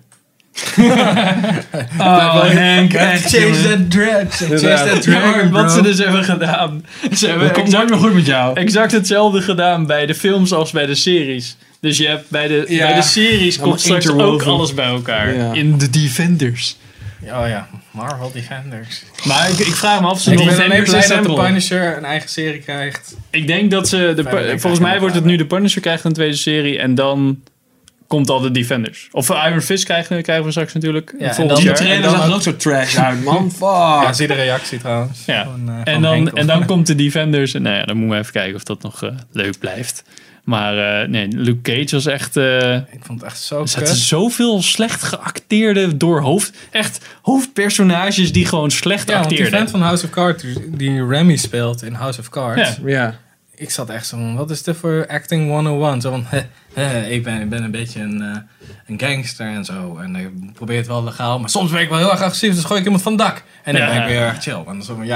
[SPEAKER 2] Hank, echt,
[SPEAKER 1] Chase
[SPEAKER 2] jongen.
[SPEAKER 1] that dread. Chase
[SPEAKER 2] Inderdaad.
[SPEAKER 1] that
[SPEAKER 3] Ja, maar
[SPEAKER 1] dragon,
[SPEAKER 3] wat ze
[SPEAKER 1] bro.
[SPEAKER 3] dus hebben gedaan. Ze hebben
[SPEAKER 2] Het komt nooit meer goed met jou.
[SPEAKER 3] exact hetzelfde gedaan bij de films als bij de series. Dus je hebt bij de series
[SPEAKER 2] Allemaal
[SPEAKER 3] komt straks ook
[SPEAKER 2] interwoven.
[SPEAKER 3] alles bij elkaar.
[SPEAKER 2] Ja.
[SPEAKER 3] In de Defenders.
[SPEAKER 1] Oh ja, Marvel Defenders.
[SPEAKER 3] Maar ik vraag me af, ze
[SPEAKER 1] Ik
[SPEAKER 3] nog
[SPEAKER 1] ben alleen blij dat de
[SPEAKER 2] Assemble.
[SPEAKER 1] Punisher een eigen serie krijgt.
[SPEAKER 3] Ik denk dat ze...
[SPEAKER 1] Verder
[SPEAKER 3] volgens mij
[SPEAKER 1] denk ik
[SPEAKER 3] wordt het
[SPEAKER 1] nog
[SPEAKER 3] nu de Punisher krijgt een tweede serie. En dan komt al de Defenders. Of Iron Fist krijgen we straks natuurlijk.
[SPEAKER 1] Ja, en
[SPEAKER 3] volgend
[SPEAKER 1] dan
[SPEAKER 2] Die
[SPEAKER 3] jaar.
[SPEAKER 1] de
[SPEAKER 2] trailer
[SPEAKER 1] en dan
[SPEAKER 2] zag er
[SPEAKER 1] ook-
[SPEAKER 2] ook zo trash uit, man. Fuck.
[SPEAKER 1] Ja, zie de reactie trouwens.
[SPEAKER 3] Ja.
[SPEAKER 1] Van
[SPEAKER 3] En
[SPEAKER 1] Henk, of-
[SPEAKER 3] dan komt de Defenders. En nou ja, dan moeten we even kijken of dat nog leuk blijft. Maar nee, Luke Cage was echt...
[SPEAKER 1] Ik vond het echt zo
[SPEAKER 3] Er zaten
[SPEAKER 1] kut.
[SPEAKER 3] zoveel slecht geacteerde hoofdpersonages die gewoon slecht
[SPEAKER 1] Ja, want die
[SPEAKER 3] acteerden.
[SPEAKER 1] vent van House of Cards, die Remy speelt in House of Cards.
[SPEAKER 3] Ja.
[SPEAKER 2] Ja.
[SPEAKER 1] Ik zat echt zo van, wat is dit voor acting 101? Zo van, ik ben een beetje een gangster en zo. En ik probeer het wel legaal, maar soms ben ik wel heel erg agressief, dus gooi ik iemand van het dak. En dan
[SPEAKER 3] Ja.
[SPEAKER 1] ben ik weer heel erg chill. En dan zo van,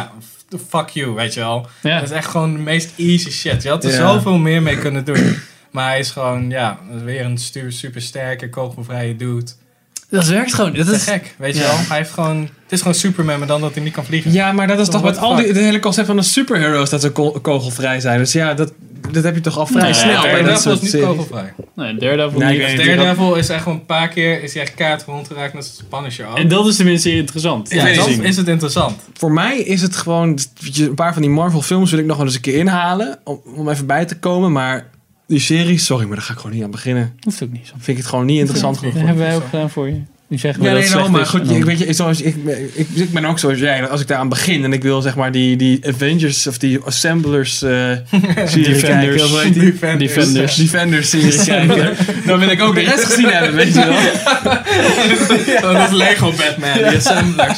[SPEAKER 1] fuck you, weet je wel.
[SPEAKER 3] Ja.
[SPEAKER 1] Dat is echt gewoon de meest easy shit. Je had er
[SPEAKER 2] Ja.
[SPEAKER 1] zoveel meer mee kunnen doen. Maar hij is gewoon, weer een super sterke, kogelvrije dude.
[SPEAKER 3] Dat werkt gewoon. Dat
[SPEAKER 1] Te
[SPEAKER 3] is
[SPEAKER 1] gek, weet je wel. Hij heeft gewoon, het is gewoon Superman, maar dan dat hij niet kan vliegen.
[SPEAKER 2] Ja, maar dat is toch
[SPEAKER 1] What
[SPEAKER 2] met
[SPEAKER 1] the
[SPEAKER 2] al
[SPEAKER 1] fuck?
[SPEAKER 2] het hele concept van de superheroes dat ze kogelvrij zijn. Dus ja, dat heb je toch al vrij
[SPEAKER 3] Nee,
[SPEAKER 2] snel bij dat
[SPEAKER 1] Daredevil
[SPEAKER 2] soort
[SPEAKER 1] is niet
[SPEAKER 2] series.
[SPEAKER 1] kogelvrij.
[SPEAKER 3] Nee, Daredevil
[SPEAKER 2] Nee,
[SPEAKER 3] niet.
[SPEAKER 2] ik weet
[SPEAKER 3] En-
[SPEAKER 2] het.
[SPEAKER 1] Daredevil is echt gewoon een paar keer is hij echt kaart rondgeraakt met zijn Punisher ook.
[SPEAKER 3] En dat is tenminste interessant.
[SPEAKER 1] Ja,
[SPEAKER 3] te
[SPEAKER 1] dan
[SPEAKER 3] zien.
[SPEAKER 1] is het interessant.
[SPEAKER 2] Voor mij is het gewoon... Een paar van die Marvel films wil ik nog wel eens een keer inhalen. Om even bij te komen. Maar die series, sorry, maar daar ga ik gewoon niet aan beginnen.
[SPEAKER 3] Hoeft ook niet zo.
[SPEAKER 2] Vind ik het gewoon niet interessant genoeg.
[SPEAKER 3] Dat hebben wij ook gedaan voor je. Nu zeggen we
[SPEAKER 2] Ja,
[SPEAKER 3] dat
[SPEAKER 2] nee,
[SPEAKER 3] het
[SPEAKER 2] nou,
[SPEAKER 3] slecht
[SPEAKER 2] maar
[SPEAKER 3] is.
[SPEAKER 2] goed,
[SPEAKER 3] en dan-
[SPEAKER 2] ik ben ook zoals jij. Als ik daar aan begin en ik wil zeg maar die Avengers of die Assemblers serie kijken. Of hoe heet die? Defenders serie kijken. Dan wil ik ook de rest gezien hebben, weet je wel.
[SPEAKER 1] Dat is Lego Batman, die assemblers.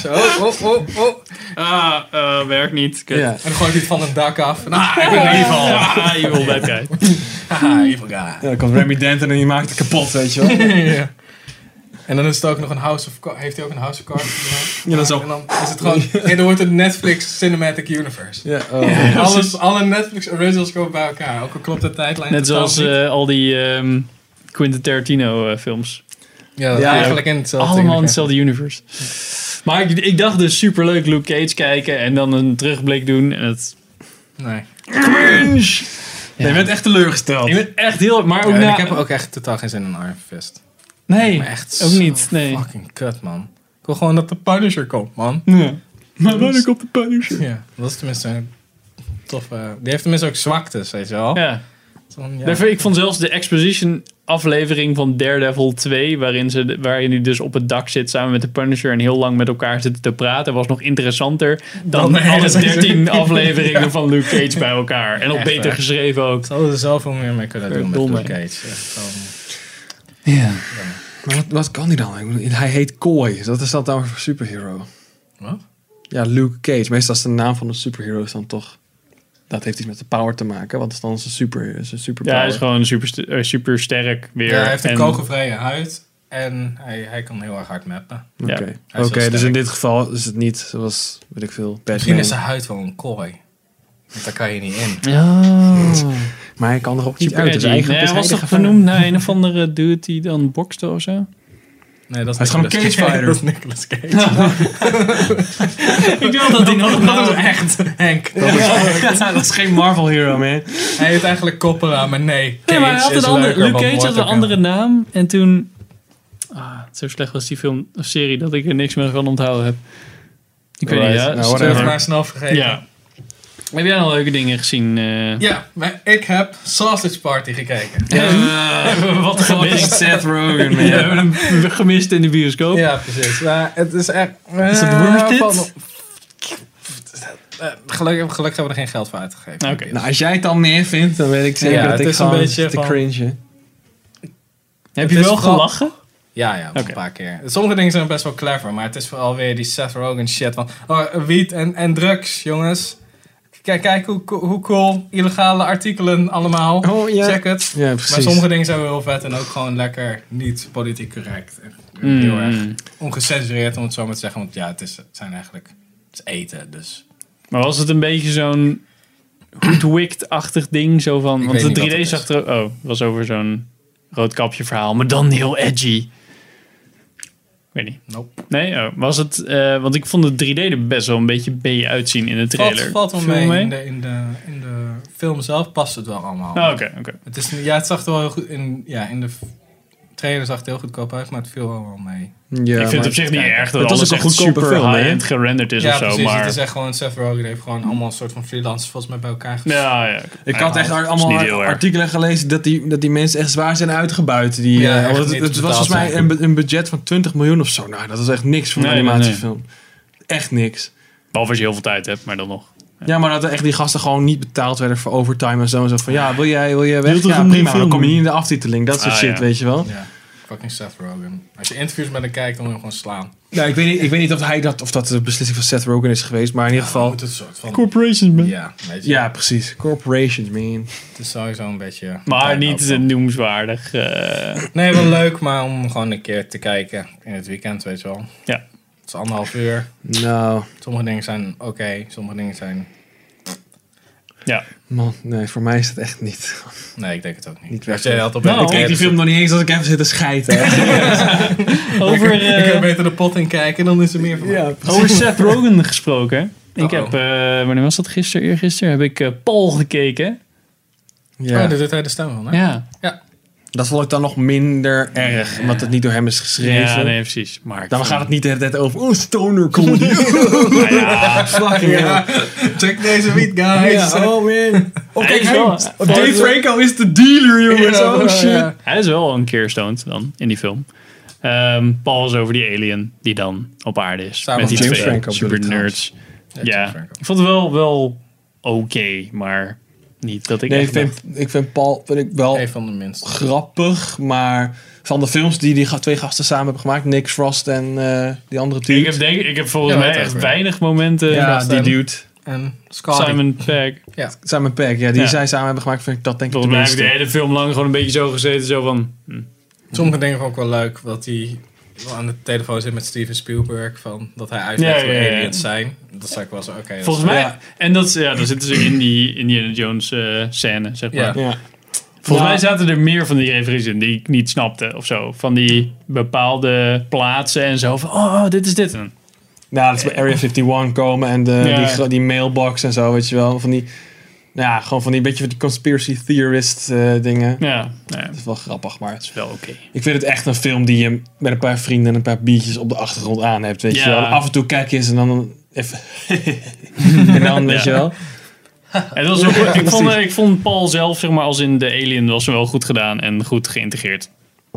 [SPEAKER 3] Werkt niet. Kut.
[SPEAKER 2] Ja.
[SPEAKER 1] En dan gooit hij het van een dak af. Nou, ik ben evil.
[SPEAKER 3] Ah, je wil bad guy.
[SPEAKER 1] Haha, evil guy.
[SPEAKER 2] Ja, dan komt Remy Denton en die maakt het kapot, weet je wel.
[SPEAKER 1] Ja. En dan is het ook nog een House of Cards. Heeft hij ook een House of Cards gedaan?
[SPEAKER 2] Ja, dat is ook-
[SPEAKER 1] En dan is het gewoon... En dan wordt het Netflix Cinematic Universe.
[SPEAKER 2] Ja, oh.
[SPEAKER 1] Alle Netflix originals komen bij elkaar. Ook al klopt de tijdlijn
[SPEAKER 3] Net
[SPEAKER 1] totaal
[SPEAKER 3] zoals
[SPEAKER 1] niet.
[SPEAKER 3] al die Quentin Tarantino films.
[SPEAKER 1] Ja,
[SPEAKER 2] Ja,
[SPEAKER 1] eigenlijk in hetzelfde
[SPEAKER 3] Allemaal in
[SPEAKER 1] universum.
[SPEAKER 3] hetzelfde universe. Maar ik dacht dus superleuk Luke Cage kijken en dan een terugblik doen. En het...
[SPEAKER 1] Nee.
[SPEAKER 2] Cringe! Nee, je bent echt teleurgesteld.
[SPEAKER 3] Ik ben echt heel... Maar ook
[SPEAKER 1] Ja, en
[SPEAKER 3] na...
[SPEAKER 1] ik heb ook echt totaal geen zin in Iron Fist.
[SPEAKER 3] Nee,
[SPEAKER 1] Maar echt
[SPEAKER 3] ook
[SPEAKER 1] zo
[SPEAKER 3] niet. Nee.
[SPEAKER 1] fucking kut, man. Ik wil gewoon dat de Punisher komt, man.
[SPEAKER 3] Ja. Maar wanneer komt de Punisher?
[SPEAKER 1] Ja, dat is tenminste een toffe... Die heeft tenminste ook zwaktes, weet je wel.
[SPEAKER 3] Ja.
[SPEAKER 1] Zo'n, ja.
[SPEAKER 3] Daarvoor, ik vond zelfs de exposition aflevering van Daredevil 2, waarin hij dus op het dak zit samen met de Punisher en heel lang met elkaar zitten te praten, was nog interessanter dan
[SPEAKER 1] de hele
[SPEAKER 3] alle 13
[SPEAKER 1] seizoen.
[SPEAKER 3] afleveringen van Luke Cage bij elkaar. En ook
[SPEAKER 1] Echt,
[SPEAKER 3] beter
[SPEAKER 1] hè?
[SPEAKER 3] geschreven ook.
[SPEAKER 1] Zouden er zoveel meer mee kunnen doen met
[SPEAKER 3] Verdomme.
[SPEAKER 1] Luke Cage. Echt gewoon...
[SPEAKER 3] Ja.
[SPEAKER 2] Maar wat kan hij dan? Ik bedoel, hij heet Koi. Wat is dat dan voor superhero?
[SPEAKER 1] Wat?
[SPEAKER 2] Ja, Luke Cage. Meestal is de naam van de superhero is dan toch... Dat heeft iets met de power te maken. Wat is dan zijn superpower?
[SPEAKER 3] Ja, hij is gewoon super sterk weer.
[SPEAKER 1] Ja, hij heeft een
[SPEAKER 3] En-
[SPEAKER 1] kogelvrije huid. En hij kan heel erg hard mappen.
[SPEAKER 2] Oké,
[SPEAKER 3] Ja.
[SPEAKER 1] Hij is wel
[SPEAKER 2] Oké, dus
[SPEAKER 1] sterk.
[SPEAKER 2] in dit geval is het niet zoals, weet ik veel,
[SPEAKER 1] Misschien
[SPEAKER 2] Batman.
[SPEAKER 1] is zijn huid wel een kooi. Want daar kan je niet in.
[SPEAKER 3] Ja.
[SPEAKER 2] Maar hij kan er ook niet
[SPEAKER 3] Super
[SPEAKER 2] uit. Dus
[SPEAKER 3] edgy.
[SPEAKER 2] eigenlijk
[SPEAKER 3] Nee,
[SPEAKER 2] is
[SPEAKER 3] hij was
[SPEAKER 2] de
[SPEAKER 3] toch
[SPEAKER 2] gevaar.
[SPEAKER 3] vernoemd naar een of andere dude die dan bokste of zo?
[SPEAKER 1] Nee, dat
[SPEAKER 2] Hij is gewoon een
[SPEAKER 1] Nicolas
[SPEAKER 2] cagefighter.
[SPEAKER 1] Dat is Nicolas Cage.
[SPEAKER 3] Ik dacht dat hij nog een
[SPEAKER 1] Dat
[SPEAKER 3] naam
[SPEAKER 1] is echt Henk.
[SPEAKER 2] Dat is geen Marvel hero, man.
[SPEAKER 1] Hij heet eigenlijk Coppola, maar nee.
[SPEAKER 3] Nee, maar hij had
[SPEAKER 1] is
[SPEAKER 3] een andere,
[SPEAKER 1] leuker,
[SPEAKER 3] Luke
[SPEAKER 1] want
[SPEAKER 3] Cage had
[SPEAKER 1] wordt
[SPEAKER 3] een
[SPEAKER 1] ook
[SPEAKER 3] andere naam. En toen... zo slecht was die film of serie dat ik er niks meer van onthouden heb. Ik weet niet,
[SPEAKER 2] Alright,
[SPEAKER 3] ja.
[SPEAKER 2] nou,
[SPEAKER 1] Zullen we
[SPEAKER 2] whatever.
[SPEAKER 1] het maar snel vergeten?
[SPEAKER 3] Ja. Heb jij nog leuke dingen gezien?
[SPEAKER 1] Ja, maar ik heb Sausage Party gekeken.
[SPEAKER 3] Wat gemist?
[SPEAKER 2] Seth Rogen,
[SPEAKER 3] We
[SPEAKER 2] man.
[SPEAKER 3] hebben hem gemist in de bioscoop.
[SPEAKER 1] Ja, precies. Maar het is echt...
[SPEAKER 3] Is het worth it?
[SPEAKER 1] Gelukkig hebben we er geen geld voor uitgegeven.
[SPEAKER 3] Oké.
[SPEAKER 2] Nou, als jij het dan meer vindt, dan weet ik zeker
[SPEAKER 1] Ja,
[SPEAKER 2] dat
[SPEAKER 1] het
[SPEAKER 2] ik
[SPEAKER 1] is een
[SPEAKER 2] gewoon
[SPEAKER 1] beetje
[SPEAKER 2] te
[SPEAKER 1] van-
[SPEAKER 2] cringe.
[SPEAKER 3] Heb
[SPEAKER 1] Het
[SPEAKER 3] je
[SPEAKER 1] is
[SPEAKER 3] wel
[SPEAKER 1] vooral-
[SPEAKER 3] gelachen?
[SPEAKER 1] Ja, wel
[SPEAKER 3] Oké.
[SPEAKER 1] een paar keer. Sommige dingen zijn best wel clever, maar het is vooral weer die Seth Rogen shit van... wiet en drugs, jongens. Kijk hoe cool illegale artikelen allemaal.
[SPEAKER 2] Oh, ja.
[SPEAKER 1] Check het.
[SPEAKER 2] Ja, precies.
[SPEAKER 1] Maar sommige dingen zijn wel heel vet en ook gewoon lekker niet politiek correct. En heel erg ongecensureerd, om het zo maar te zeggen. Want ja, het zijn eigenlijk... Het is eten, dus...
[SPEAKER 3] Maar was het een beetje zo'n hoodwicked-achtig ding? Zo van,
[SPEAKER 1] Ik
[SPEAKER 3] want
[SPEAKER 1] weet
[SPEAKER 3] de
[SPEAKER 1] niet
[SPEAKER 3] 3D
[SPEAKER 1] wat het
[SPEAKER 3] zag er... Oh, was over zo'n roodkapje verhaal. Maar dan heel edgy. Ik weet niet.
[SPEAKER 1] Nope.
[SPEAKER 3] Nee? Oh, was het... want ik vond de 3D er best wel een beetje B uitzien in de trailer.
[SPEAKER 1] Valt wel
[SPEAKER 3] Viel
[SPEAKER 1] mee. In de film zelf past het wel allemaal.
[SPEAKER 3] Oh, oké.
[SPEAKER 1] Het is, het zag er wel heel goed... In de trailer zag het heel goedkoop uit, maar het viel wel mee.
[SPEAKER 2] Ja,
[SPEAKER 3] Ik vind het op zich niet
[SPEAKER 1] kijken.
[SPEAKER 3] erg dat
[SPEAKER 2] Het was
[SPEAKER 3] alles
[SPEAKER 2] ook een
[SPEAKER 3] echt
[SPEAKER 2] goedkope
[SPEAKER 3] super
[SPEAKER 2] film, hè?
[SPEAKER 3] high-end gerenderd is
[SPEAKER 1] Ja,
[SPEAKER 3] of zo.
[SPEAKER 1] precies.
[SPEAKER 3] Maar...
[SPEAKER 1] Het is echt gewoon... Seth Rogen heeft gewoon allemaal een soort van freelancers volgens mij bij elkaar gezet.
[SPEAKER 3] Ja.
[SPEAKER 2] Ik
[SPEAKER 3] Ja,
[SPEAKER 2] had echt
[SPEAKER 3] is niet
[SPEAKER 2] allemaal
[SPEAKER 3] heel erg.
[SPEAKER 2] artikelen gelezen dat die mensen echt zwaar zijn uitgebuit.
[SPEAKER 1] Ja, echt
[SPEAKER 2] het
[SPEAKER 1] niet
[SPEAKER 2] was volgens
[SPEAKER 1] betaald
[SPEAKER 2] mij
[SPEAKER 1] zijn.
[SPEAKER 2] een budget van 20 miljoen of zo. Nou, dat is echt niks voor een
[SPEAKER 3] Nee,
[SPEAKER 2] animatiefilm. Echt niks.
[SPEAKER 3] Behalve als je heel veel tijd hebt, maar dan nog.
[SPEAKER 2] Ja, maar dat echt die gasten gewoon niet betaald werden voor overtime en zo. En zo van, ja, wil je weg?
[SPEAKER 3] toch
[SPEAKER 2] Ja,
[SPEAKER 3] een
[SPEAKER 2] prima.
[SPEAKER 3] film?
[SPEAKER 2] Dan kom je niet in de aftiteling. Dat soort
[SPEAKER 3] Ah,
[SPEAKER 2] shit,
[SPEAKER 3] ja.
[SPEAKER 2] weet je wel.
[SPEAKER 1] Ja, fucking Seth Rogen. Als je interviews met hem kijkt, dan moet je hem gewoon slaan.
[SPEAKER 2] Ja, ik weet niet of dat de beslissing van Seth Rogen is geweest. Maar in ieder
[SPEAKER 1] Dan
[SPEAKER 2] geval...
[SPEAKER 1] moet het een soort van...
[SPEAKER 3] Corporations, man.
[SPEAKER 1] Ja, weet je.
[SPEAKER 2] Ja, precies. Corporations, man.
[SPEAKER 1] Het is sowieso een beetje...
[SPEAKER 3] Maar niet noemenswaardig.
[SPEAKER 1] Nee, wel leuk, maar om gewoon een keer te kijken in het weekend, weet je wel.
[SPEAKER 3] Ja.
[SPEAKER 1] Het is 1,5 uur.
[SPEAKER 2] Nou,
[SPEAKER 1] Sommige dingen zijn oké, sommige dingen zijn...
[SPEAKER 3] Ja.
[SPEAKER 2] man, nee, voor mij is het echt niet.
[SPEAKER 1] Nee, ik denk het ook niet.
[SPEAKER 2] Niet
[SPEAKER 1] Als jij had op
[SPEAKER 2] Ik kijk die film nog niet eens als ik even zit te schijten.
[SPEAKER 3] Over,
[SPEAKER 1] Ik kan beter de pot in kijken, dan is er meer van.
[SPEAKER 2] Ja,
[SPEAKER 3] over Seth Rogen gesproken. Ik
[SPEAKER 1] Uh-oh.
[SPEAKER 3] heb, wanneer was dat? Eergisteren heb ik Paul gekeken.
[SPEAKER 2] ja.
[SPEAKER 1] Oh, daar doet hij de stem van, hè?
[SPEAKER 3] Ja.
[SPEAKER 2] Dat vond ik dan nog minder erg, omdat het niet door hem is geschreven.
[SPEAKER 3] Ja, nee, precies. Maar
[SPEAKER 2] Dan gaat het niet de hele tijd over, stoner comedy. Fucking
[SPEAKER 1] Ja. Check deze week, guys.
[SPEAKER 2] Ja, oh man. Oh, kijk,
[SPEAKER 3] Hij is wel-
[SPEAKER 2] Dave Franco is de dealer, jongens.
[SPEAKER 1] Ja,
[SPEAKER 2] oh shit.
[SPEAKER 1] ja.
[SPEAKER 3] Hij is wel een keer stoned dan, in die film. Paul is over die alien die dan op aarde is.
[SPEAKER 1] Samen
[SPEAKER 3] met die
[SPEAKER 1] met
[SPEAKER 2] James
[SPEAKER 3] twee
[SPEAKER 2] Franco
[SPEAKER 3] super
[SPEAKER 2] bedoel ik
[SPEAKER 3] nerds.
[SPEAKER 1] James
[SPEAKER 3] Ja,
[SPEAKER 1] Franco.
[SPEAKER 3] ik vond het wel oké, maar niet dat ik
[SPEAKER 2] Nee,
[SPEAKER 3] echt dacht-
[SPEAKER 2] ik vind Paul wel
[SPEAKER 1] Een van de minste.
[SPEAKER 2] grappig, maar van de films die twee gasten samen hebben gemaakt, Nick Frost en die andere dude.
[SPEAKER 3] Ik heb volgens
[SPEAKER 1] Ja,
[SPEAKER 3] mij
[SPEAKER 1] weet
[SPEAKER 3] echt
[SPEAKER 1] ik wel.
[SPEAKER 3] weinig momenten.
[SPEAKER 2] Ja,
[SPEAKER 1] Frost
[SPEAKER 2] die
[SPEAKER 1] en-
[SPEAKER 2] dude.
[SPEAKER 1] En Scotty.
[SPEAKER 3] Simon Pegg.
[SPEAKER 2] Simon Pegg, ja, die
[SPEAKER 3] Ja.
[SPEAKER 2] zij samen hebben gemaakt, vind ik dat denk ik de
[SPEAKER 3] Volgens mij heb ik de
[SPEAKER 2] minste.
[SPEAKER 3] hele film lang gewoon een beetje zo gezeten. Zo van,
[SPEAKER 1] Sommige dingen vond ik wel leuk, dat hij wel aan de telefoon zit met Steven Spielberg, van dat hij uitlegt
[SPEAKER 3] Ja,
[SPEAKER 1] hoe
[SPEAKER 3] ja, ja.
[SPEAKER 1] aliens zijn. Dat zag ik wel zo, oké. dat
[SPEAKER 3] volgens
[SPEAKER 1] is-
[SPEAKER 3] mij.
[SPEAKER 2] Ja.
[SPEAKER 3] En dat, ja, dan zitten ze in die Indiana Jones scène, zeg maar.
[SPEAKER 1] Ja.
[SPEAKER 2] Ja.
[SPEAKER 3] Volgens
[SPEAKER 2] Ja.
[SPEAKER 3] mij zaten er meer van die referenties in die ik niet snapte of zo. Van die bepaalde plaatsen en zo. Van, oh, dit is dit. En
[SPEAKER 2] Ja, dat is bij Area 51 komen en die mailbox en zo, weet je wel. Van die, ja, gewoon van die beetje van die conspiracy theorist dingen.
[SPEAKER 3] ja, nou ja,
[SPEAKER 2] Dat is wel grappig, maar
[SPEAKER 3] dat is wel oké.
[SPEAKER 2] ik vind het echt een film die je met een paar vrienden en een paar biertjes op de achtergrond aan hebt, weet je
[SPEAKER 3] Ja.
[SPEAKER 2] wel. Af en toe kijk je eens en dan even... en dan, weet je wel.
[SPEAKER 3] En dat was ook, ik vond Paul zelf, zeg maar, als in de Alien, was wel goed gedaan en goed geïntegreerd.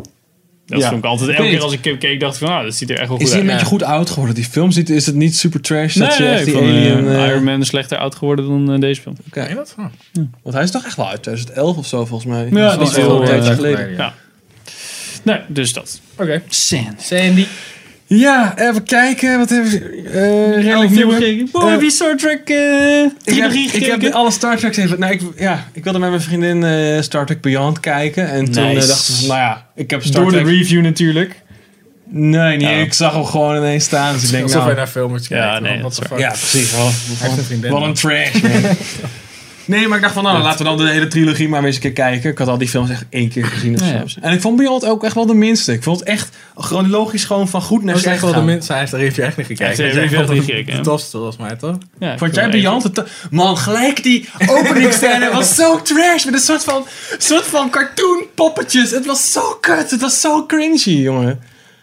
[SPEAKER 3] Dat
[SPEAKER 2] Ja.
[SPEAKER 3] vond ik altijd,
[SPEAKER 2] Ik
[SPEAKER 3] elke
[SPEAKER 2] weet
[SPEAKER 3] keer als ik keek, dacht ik van, nou, dat ziet er echt wel goed
[SPEAKER 2] Is hij
[SPEAKER 3] uit.
[SPEAKER 2] een beetje goed oud geworden? Die film is het niet super trash?
[SPEAKER 3] Nee,
[SPEAKER 2] dat je echt
[SPEAKER 3] ik
[SPEAKER 2] die
[SPEAKER 3] vond
[SPEAKER 2] alien...
[SPEAKER 3] Iron Man is slechter oud geworden dan deze film.
[SPEAKER 2] Oké.
[SPEAKER 1] Meen je dat? Oh.
[SPEAKER 2] Want hij is toch echt wel uit 2011 of zo, volgens mij.
[SPEAKER 3] Ja,
[SPEAKER 2] dat
[SPEAKER 3] die
[SPEAKER 2] is
[SPEAKER 3] is
[SPEAKER 2] wel
[SPEAKER 3] wel,
[SPEAKER 2] een tijdje
[SPEAKER 1] tijd
[SPEAKER 2] geleden.
[SPEAKER 3] Ja. Nee, dus dat.
[SPEAKER 1] Oké.
[SPEAKER 3] Sand.
[SPEAKER 1] Sandy.
[SPEAKER 2] Ja, even kijken. Wat hebben we... redelijk
[SPEAKER 3] film
[SPEAKER 2] nieuwe...
[SPEAKER 3] gekeken. Oh, heb je Star Trek trilogie
[SPEAKER 2] Ik
[SPEAKER 3] gekeken?
[SPEAKER 2] heb alle Star Treks even... Nou, ik wilde met mijn vriendin Star Trek Beyond kijken. En toen
[SPEAKER 3] Nice.
[SPEAKER 2] dachten we van, nou ja, ik heb Star
[SPEAKER 3] Door de
[SPEAKER 2] Trek...
[SPEAKER 3] review natuurlijk.
[SPEAKER 2] Nee, niet.
[SPEAKER 3] Oh.
[SPEAKER 2] Ik zag hem gewoon ineens staan. Dus ik denk,
[SPEAKER 1] Alsof
[SPEAKER 2] nou...
[SPEAKER 1] hij naar filmpjes kijkt.
[SPEAKER 3] Ja, nee,
[SPEAKER 1] What
[SPEAKER 3] dat
[SPEAKER 1] the
[SPEAKER 3] is
[SPEAKER 1] fuck.
[SPEAKER 2] Ja, precies.
[SPEAKER 1] Hij heeft een vriendin.
[SPEAKER 2] Wat een trash, man. Nee, maar ik dacht van, nou, laten we dan de hele trilogie maar eens een keer kijken. Ik had al die films echt 1 keer gezien of
[SPEAKER 3] Ja,
[SPEAKER 2] zo.
[SPEAKER 3] ja.
[SPEAKER 2] En ik vond Beyond ook echt wel de minste. Ik vond het echt chronologisch gewoon van goed naar
[SPEAKER 1] Dat is echt
[SPEAKER 2] slecht
[SPEAKER 1] wel de
[SPEAKER 2] gaan.
[SPEAKER 1] minste. Hij heeft de review echt niet gekeken.
[SPEAKER 3] Hij heeft de
[SPEAKER 1] Hij
[SPEAKER 3] review
[SPEAKER 1] vond
[SPEAKER 3] echt niet
[SPEAKER 1] het
[SPEAKER 3] gekeken,
[SPEAKER 1] de
[SPEAKER 3] hè?
[SPEAKER 1] tofste volgens mij, toch?
[SPEAKER 3] Ja, ik
[SPEAKER 2] Vond jij Beyond? Man, gelijk die openingsscène was zo trash. Met een soort van cartoon poppetjes. Het was zo kut. Het was zo cringy, jongen.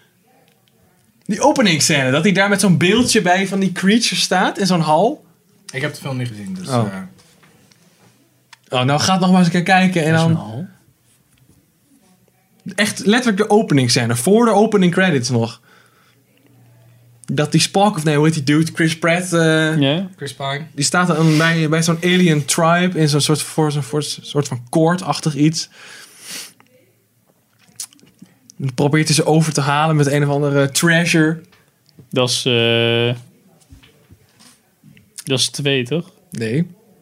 [SPEAKER 2] Die openingsscène. Dat hij daar met zo'n beeldje bij van die creature staat. In zo'n hal.
[SPEAKER 1] Ik heb de film niet gezien, dus...
[SPEAKER 2] Oh. Oh, nou gaat nog maar eens een keer kijken. En dan echt letterlijk de openingsscène. Voor de opening credits nog. Dat die Spock, of nee, hoe heet die dude? Chris Pratt.
[SPEAKER 3] Ja?
[SPEAKER 1] Chris Pine.
[SPEAKER 2] Die staat dan bij zo'n alien tribe in zo'n soort van koordachtig iets. Dan probeert hij ze over te halen met een of andere treasure.
[SPEAKER 3] Dat is 2, toch?
[SPEAKER 2] Nee.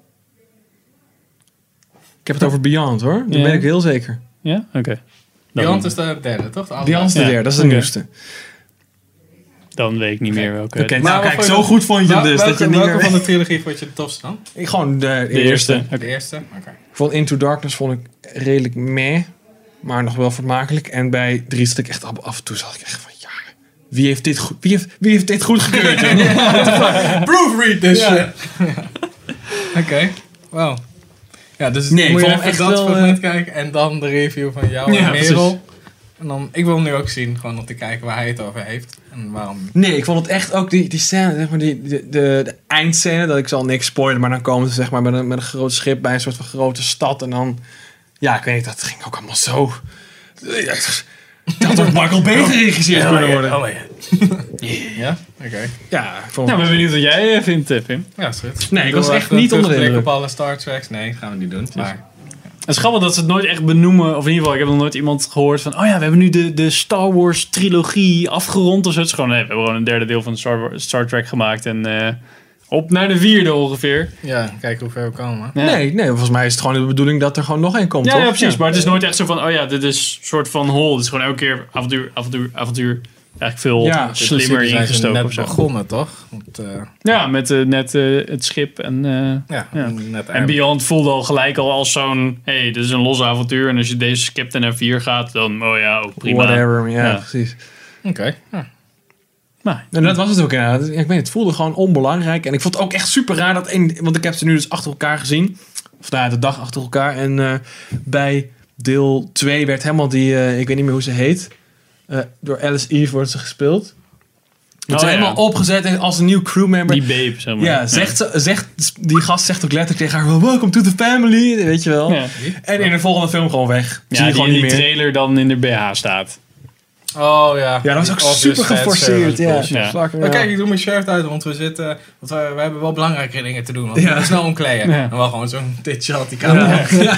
[SPEAKER 2] Ik heb het over Beyond, hoor. Dat
[SPEAKER 3] Ja.
[SPEAKER 2] ben ik heel zeker.
[SPEAKER 3] Ja? Oké.
[SPEAKER 1] Beyond is de derde, toch? De
[SPEAKER 2] Beyond is de
[SPEAKER 3] Ja,
[SPEAKER 2] derde, dat is de
[SPEAKER 3] oké.
[SPEAKER 2] nieuwste.
[SPEAKER 3] Dan weet ik niet meer welke.
[SPEAKER 2] Oké,
[SPEAKER 1] Maar
[SPEAKER 2] nou
[SPEAKER 1] wat
[SPEAKER 2] kijk,
[SPEAKER 1] vond je
[SPEAKER 2] zo goed vond je hem dus. Dat je niet
[SPEAKER 1] welke
[SPEAKER 2] meer...
[SPEAKER 1] van de trilogie vond je de tofste dan?
[SPEAKER 2] Gewoon de
[SPEAKER 3] De eerste.
[SPEAKER 1] De eerste? Oké.
[SPEAKER 2] Ik vond Into Darkness vond ik redelijk meh. Maar nog wel vermakelijk. En bij 3 zat ik echt af en toe zag ik echt van... Ja, wie heeft dit goed, wie heeft dit goed gekeurd?
[SPEAKER 1] Proofread this
[SPEAKER 2] Ja.
[SPEAKER 1] shit. Oké. Wow. Ja, dus
[SPEAKER 2] Nee, ik
[SPEAKER 1] moet je
[SPEAKER 2] vond hem
[SPEAKER 1] even
[SPEAKER 2] echt
[SPEAKER 1] dat
[SPEAKER 2] wel,
[SPEAKER 1] fragment kijken en dan de review van jou
[SPEAKER 3] Ja,
[SPEAKER 1] en Merel.
[SPEAKER 3] precies.
[SPEAKER 1] En dan, ik wil hem nu ook zien, gewoon om te kijken waar hij het over heeft. En waarom.
[SPEAKER 2] Nee, ik vond het echt ook die scène, zeg maar, de eindscène, dat ik zal niks spoilen, maar dan komen ze zeg maar met een groot schip bij een soort van grote stad en dan, ja, ik weet niet, dat ging ook allemaal zo. Dat had Michael Bay geregisseerd kunnen worden.
[SPEAKER 1] Oh ja. Ja? Oké.
[SPEAKER 2] Ja, ik vond
[SPEAKER 3] Nou, ben benieuwd wat jij vindt, Pim.
[SPEAKER 1] Ja, is goed.
[SPEAKER 2] Nee, ik was
[SPEAKER 1] doe
[SPEAKER 2] echt
[SPEAKER 1] even
[SPEAKER 2] niet
[SPEAKER 1] een
[SPEAKER 2] onder de
[SPEAKER 1] terugblik
[SPEAKER 2] indruk.
[SPEAKER 1] op alle Star Treks. Nee, gaan we niet doen. Maar
[SPEAKER 3] Het is grappig dat ze het nooit echt benoemen. Of in ieder geval, ik heb nog nooit iemand gehoord van... Oh ja, we hebben nu de Star Wars trilogie afgerond of zo. Het is gewoon, nee, we hebben gewoon een derde deel van Star Trek gemaakt. En op naar de 4e ongeveer.
[SPEAKER 1] ja, kijken hoe ver we komen.
[SPEAKER 3] Ja.
[SPEAKER 2] Nee, volgens mij is het gewoon de bedoeling dat er gewoon nog één komt,
[SPEAKER 3] Ja,
[SPEAKER 2] toch?
[SPEAKER 3] ja, precies. Maar het is nooit echt zo van... Oh ja, dit is een soort van hol. Het is gewoon elke keer avontuur, avontuur, avontuur. eigenlijk veel
[SPEAKER 2] Ja,
[SPEAKER 3] slimmer
[SPEAKER 1] zijn ze
[SPEAKER 3] ingestoken
[SPEAKER 1] net
[SPEAKER 3] of zo.
[SPEAKER 1] begonnen, toch? Want,
[SPEAKER 3] Ja, met net het schip en...
[SPEAKER 1] ja,
[SPEAKER 3] Ja.
[SPEAKER 1] net
[SPEAKER 3] En Beyond voelde al gelijk al als zo'n... dit is een los avontuur. En als je deze skipt en naar 4 gaat, dan... Oh ja, ook prima.
[SPEAKER 2] Whatever, ja,
[SPEAKER 3] Ja.
[SPEAKER 2] precies.
[SPEAKER 1] Oké. Ja.
[SPEAKER 3] Maar,
[SPEAKER 2] En dat was het ook inderdaad. Ik weet niet, het voelde gewoon onbelangrijk. En ik vond het ook echt super raar dat want ik heb ze nu dus achter elkaar gezien. Of nou ja, de dag achter elkaar. En bij deel 2 werd helemaal die, ik weet niet meer hoe ze heet. Door Alice Eve wordt ze gespeeld. Wordt ze
[SPEAKER 3] ja.
[SPEAKER 2] helemaal opgezet en als een nieuw crewmember.
[SPEAKER 3] die babe, zeg maar.
[SPEAKER 2] Ja, die gast zegt ook letterlijk tegen haar: welcome to the family, weet je wel.
[SPEAKER 3] Ja.
[SPEAKER 2] En in de volgende film gewoon weg.
[SPEAKER 3] Ja,
[SPEAKER 2] Zie je
[SPEAKER 3] die
[SPEAKER 2] gewoon
[SPEAKER 3] in
[SPEAKER 2] niet
[SPEAKER 3] die
[SPEAKER 2] meer.
[SPEAKER 3] trailer dan in de BH staat.
[SPEAKER 1] Oh ja.
[SPEAKER 2] Ja, dat was ook
[SPEAKER 1] Obvious
[SPEAKER 2] super
[SPEAKER 1] fat
[SPEAKER 2] geforceerd.
[SPEAKER 1] service
[SPEAKER 2] Ja.
[SPEAKER 1] bullshit.
[SPEAKER 3] Ja.
[SPEAKER 2] Fucking
[SPEAKER 1] Maar
[SPEAKER 2] hell.
[SPEAKER 1] kijk, ik doe mijn shirt uit, want we zitten... Want we hebben wel belangrijke dingen te doen. Want we
[SPEAKER 2] Ja.
[SPEAKER 1] moeten snel omkleden.
[SPEAKER 3] Ja.
[SPEAKER 1] En wel gewoon zo'n dit shot die camera. Ja,